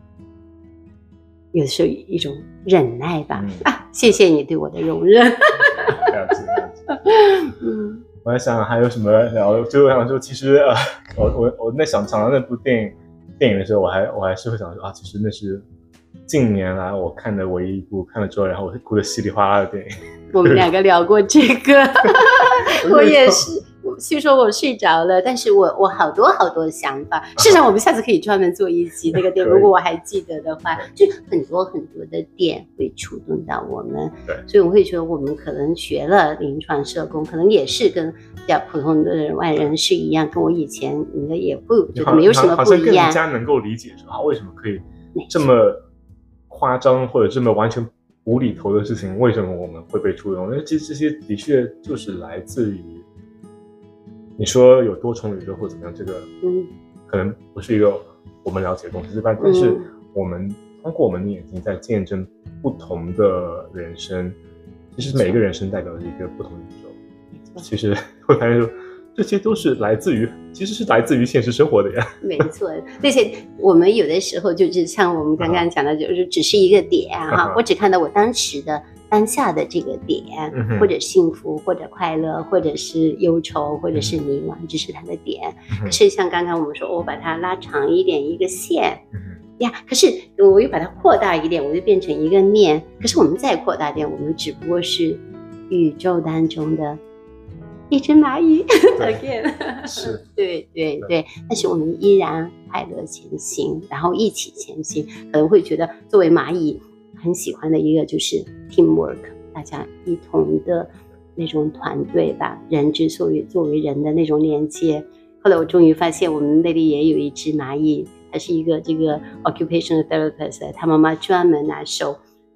有时候一种忍耐吧。嗯、啊，谢谢你对我的容忍。 了解了解。嗯，我在想还有什么聊，就我想说，其实呃，我我我在想想到那部电影电影的时候，我还我还是会想说啊，其实那是近年来我看的唯一一部看了之后，然后我哭得稀里哗啦的电影。 我们两个聊过这个，我也是。虽说我睡着了，但是我我好多好多想法。事实上，我们下次可以专门做一集那个点，如果我还记得的话，就很多很多的点会触动到我们。对，所以我会觉得我们可能学了临床社工，可能也是跟比较普通的人外人是一样，跟我以前你的也会觉得没有什么不一样。 好像更加能够理解说啊，为什么可以这么夸张或者这么完全无厘头的事情，为什么我们会被触动？因为其实这些的确就是来自于。你说有多重宇宙或怎么样，这个嗯，可能不是一个我们了解的东西，但但是我们通过我们的眼睛在见证不同的人生，其实每个人生代表着一个不同的宇宙。其实会发现说，这些都是来自于，其实是来自于现实生活的呀。 没错，那些我们有的时候就是像我们刚刚讲的，就是只是一个点哈、啊，我只看到我当时的。当下的这个点，或者幸福，或者快乐，或者是忧愁，或者是迷茫，这是它的点。可是像刚刚我们说，我把它拉长一点，一个线呀。可是我又把它扩大一点，我就变成一个面。可是我们再扩大点，我们只不过是宇宙当中的一只蚂蚁。again， 是，对对对。但是我们依然快乐前行，然后一起前行。可能会觉得作为蚂蚁。很喜欢的一个就是 teamwork， 大家一同的那种团队吧，人之所以作为人的那种连接。后来我终于发现我们那里也有一只蚂蚁，它是一个这个 occupational therapist， 他妈妈专门拿手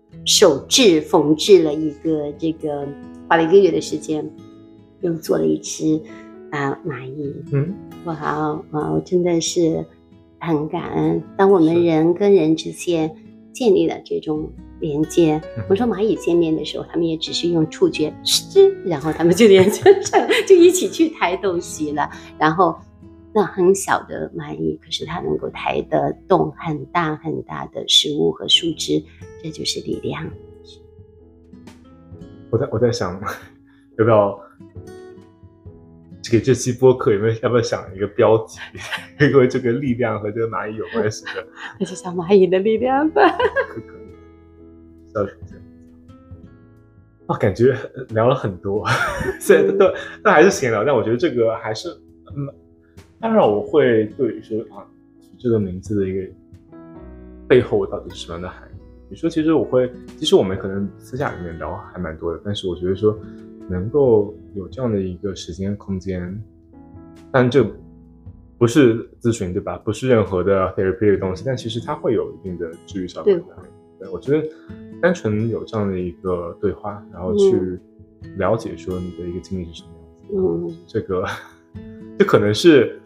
手制缝制了一个这个，花了一个月的时间，又做了一只啊、呃、蚂蚁。嗯，哇哇，我真的是很感恩。当我们人跟人之间建立了这种连接，我说蚂蚁见面的时候，他们也只是用触觉，然后他们就连接上，就一起去抬东西了。然后那很小的蚂蚁，可是它能够抬得动很大很大的食物和树枝，这就是力量。 我在我在想，要不要给这期播客有没有要不要想一个标题，因为这个力量和这个蚂蚁有关系的， 那就像蚂蚁的力量吧。 可可以，笑出现。啊，感觉聊了很多，虽然都但还是闲聊，但我觉得这个还是嗯，当然我会对于说啊，这个名字的一个背后到底是什么样的含义。比如说，其实我会，其实我们可能私下里面聊还蛮多的，但是我觉得说能够有这样的一个时间空间，但这不是咨询对吧？不是任何的 therapy 的东西，但其实它会有一定的治愈效果的。对，我觉得单纯有这样的一个对话，然后去了解说你的一个经历是什么样子，嗯，这个这可能是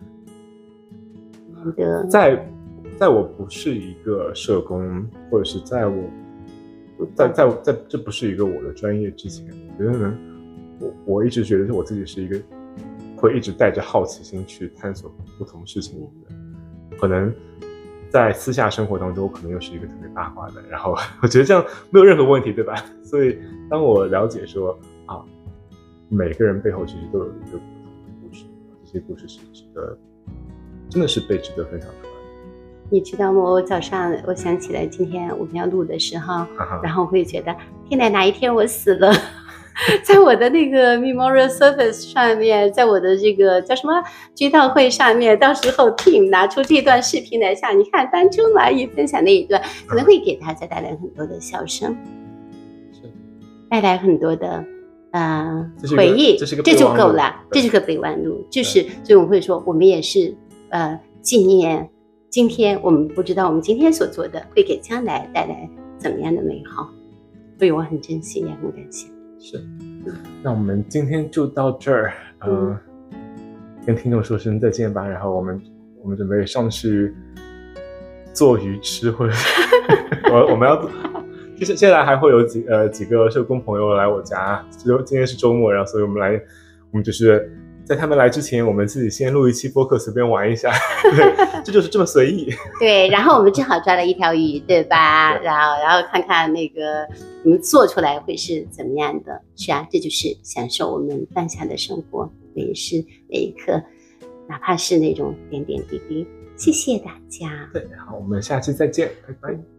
在。在我不是一个社工，或者是在我在在在这不是一个我的专业之前，我觉得呢，我我一直觉得我自己是一个会一直带着好奇心去探索不同事情的人。可能在私下生活当中，我可能又是一个特别八卦的，然后我觉得这样没有任何问题，对吧？所以当我了解说啊，每个人背后其实都有一个不同的故事，这些故事是值得，真的是被值得分享出来。 你知道吗？我早上我想起来今天我们要录的时候，啊、然后会觉得天哪，哪一天我死了，在我的那个 memorial service 上面，在我的这个叫什么追悼会上面，到时候 Tim 拿出这段视频来下，你看当初蚂蚁分享那一段，可能会给大家带来很多的笑声，是带来很多的呃回忆，这, 这就够了，这就是个备忘录，就是所以我们会说，我们也是呃纪念。今天我们不知道我们今天所做的会给将来带来怎么样的美好，所以我很珍惜也很感谢。 是，那我们今天就到这儿，嗯、呃，跟听众说声再见吧。然后我们我们准备上去做鱼吃，或者我我们要，其实现在还会有几呃几个社工朋友来我家，就今天是周末，然后所以我们来，我们就是。在他们来之前，我们自己先录一期播客，随便玩一下，对，这就是这么随意。 对，然后我们正好抓了一条鱼，对吧？对，然后，然后看看那个你们做出来会是怎么样的？是啊，这就是享受我们当下的生活，每时每一刻，哪怕是那种点点滴滴。谢谢大家。 对，好，我们下期再见，拜拜。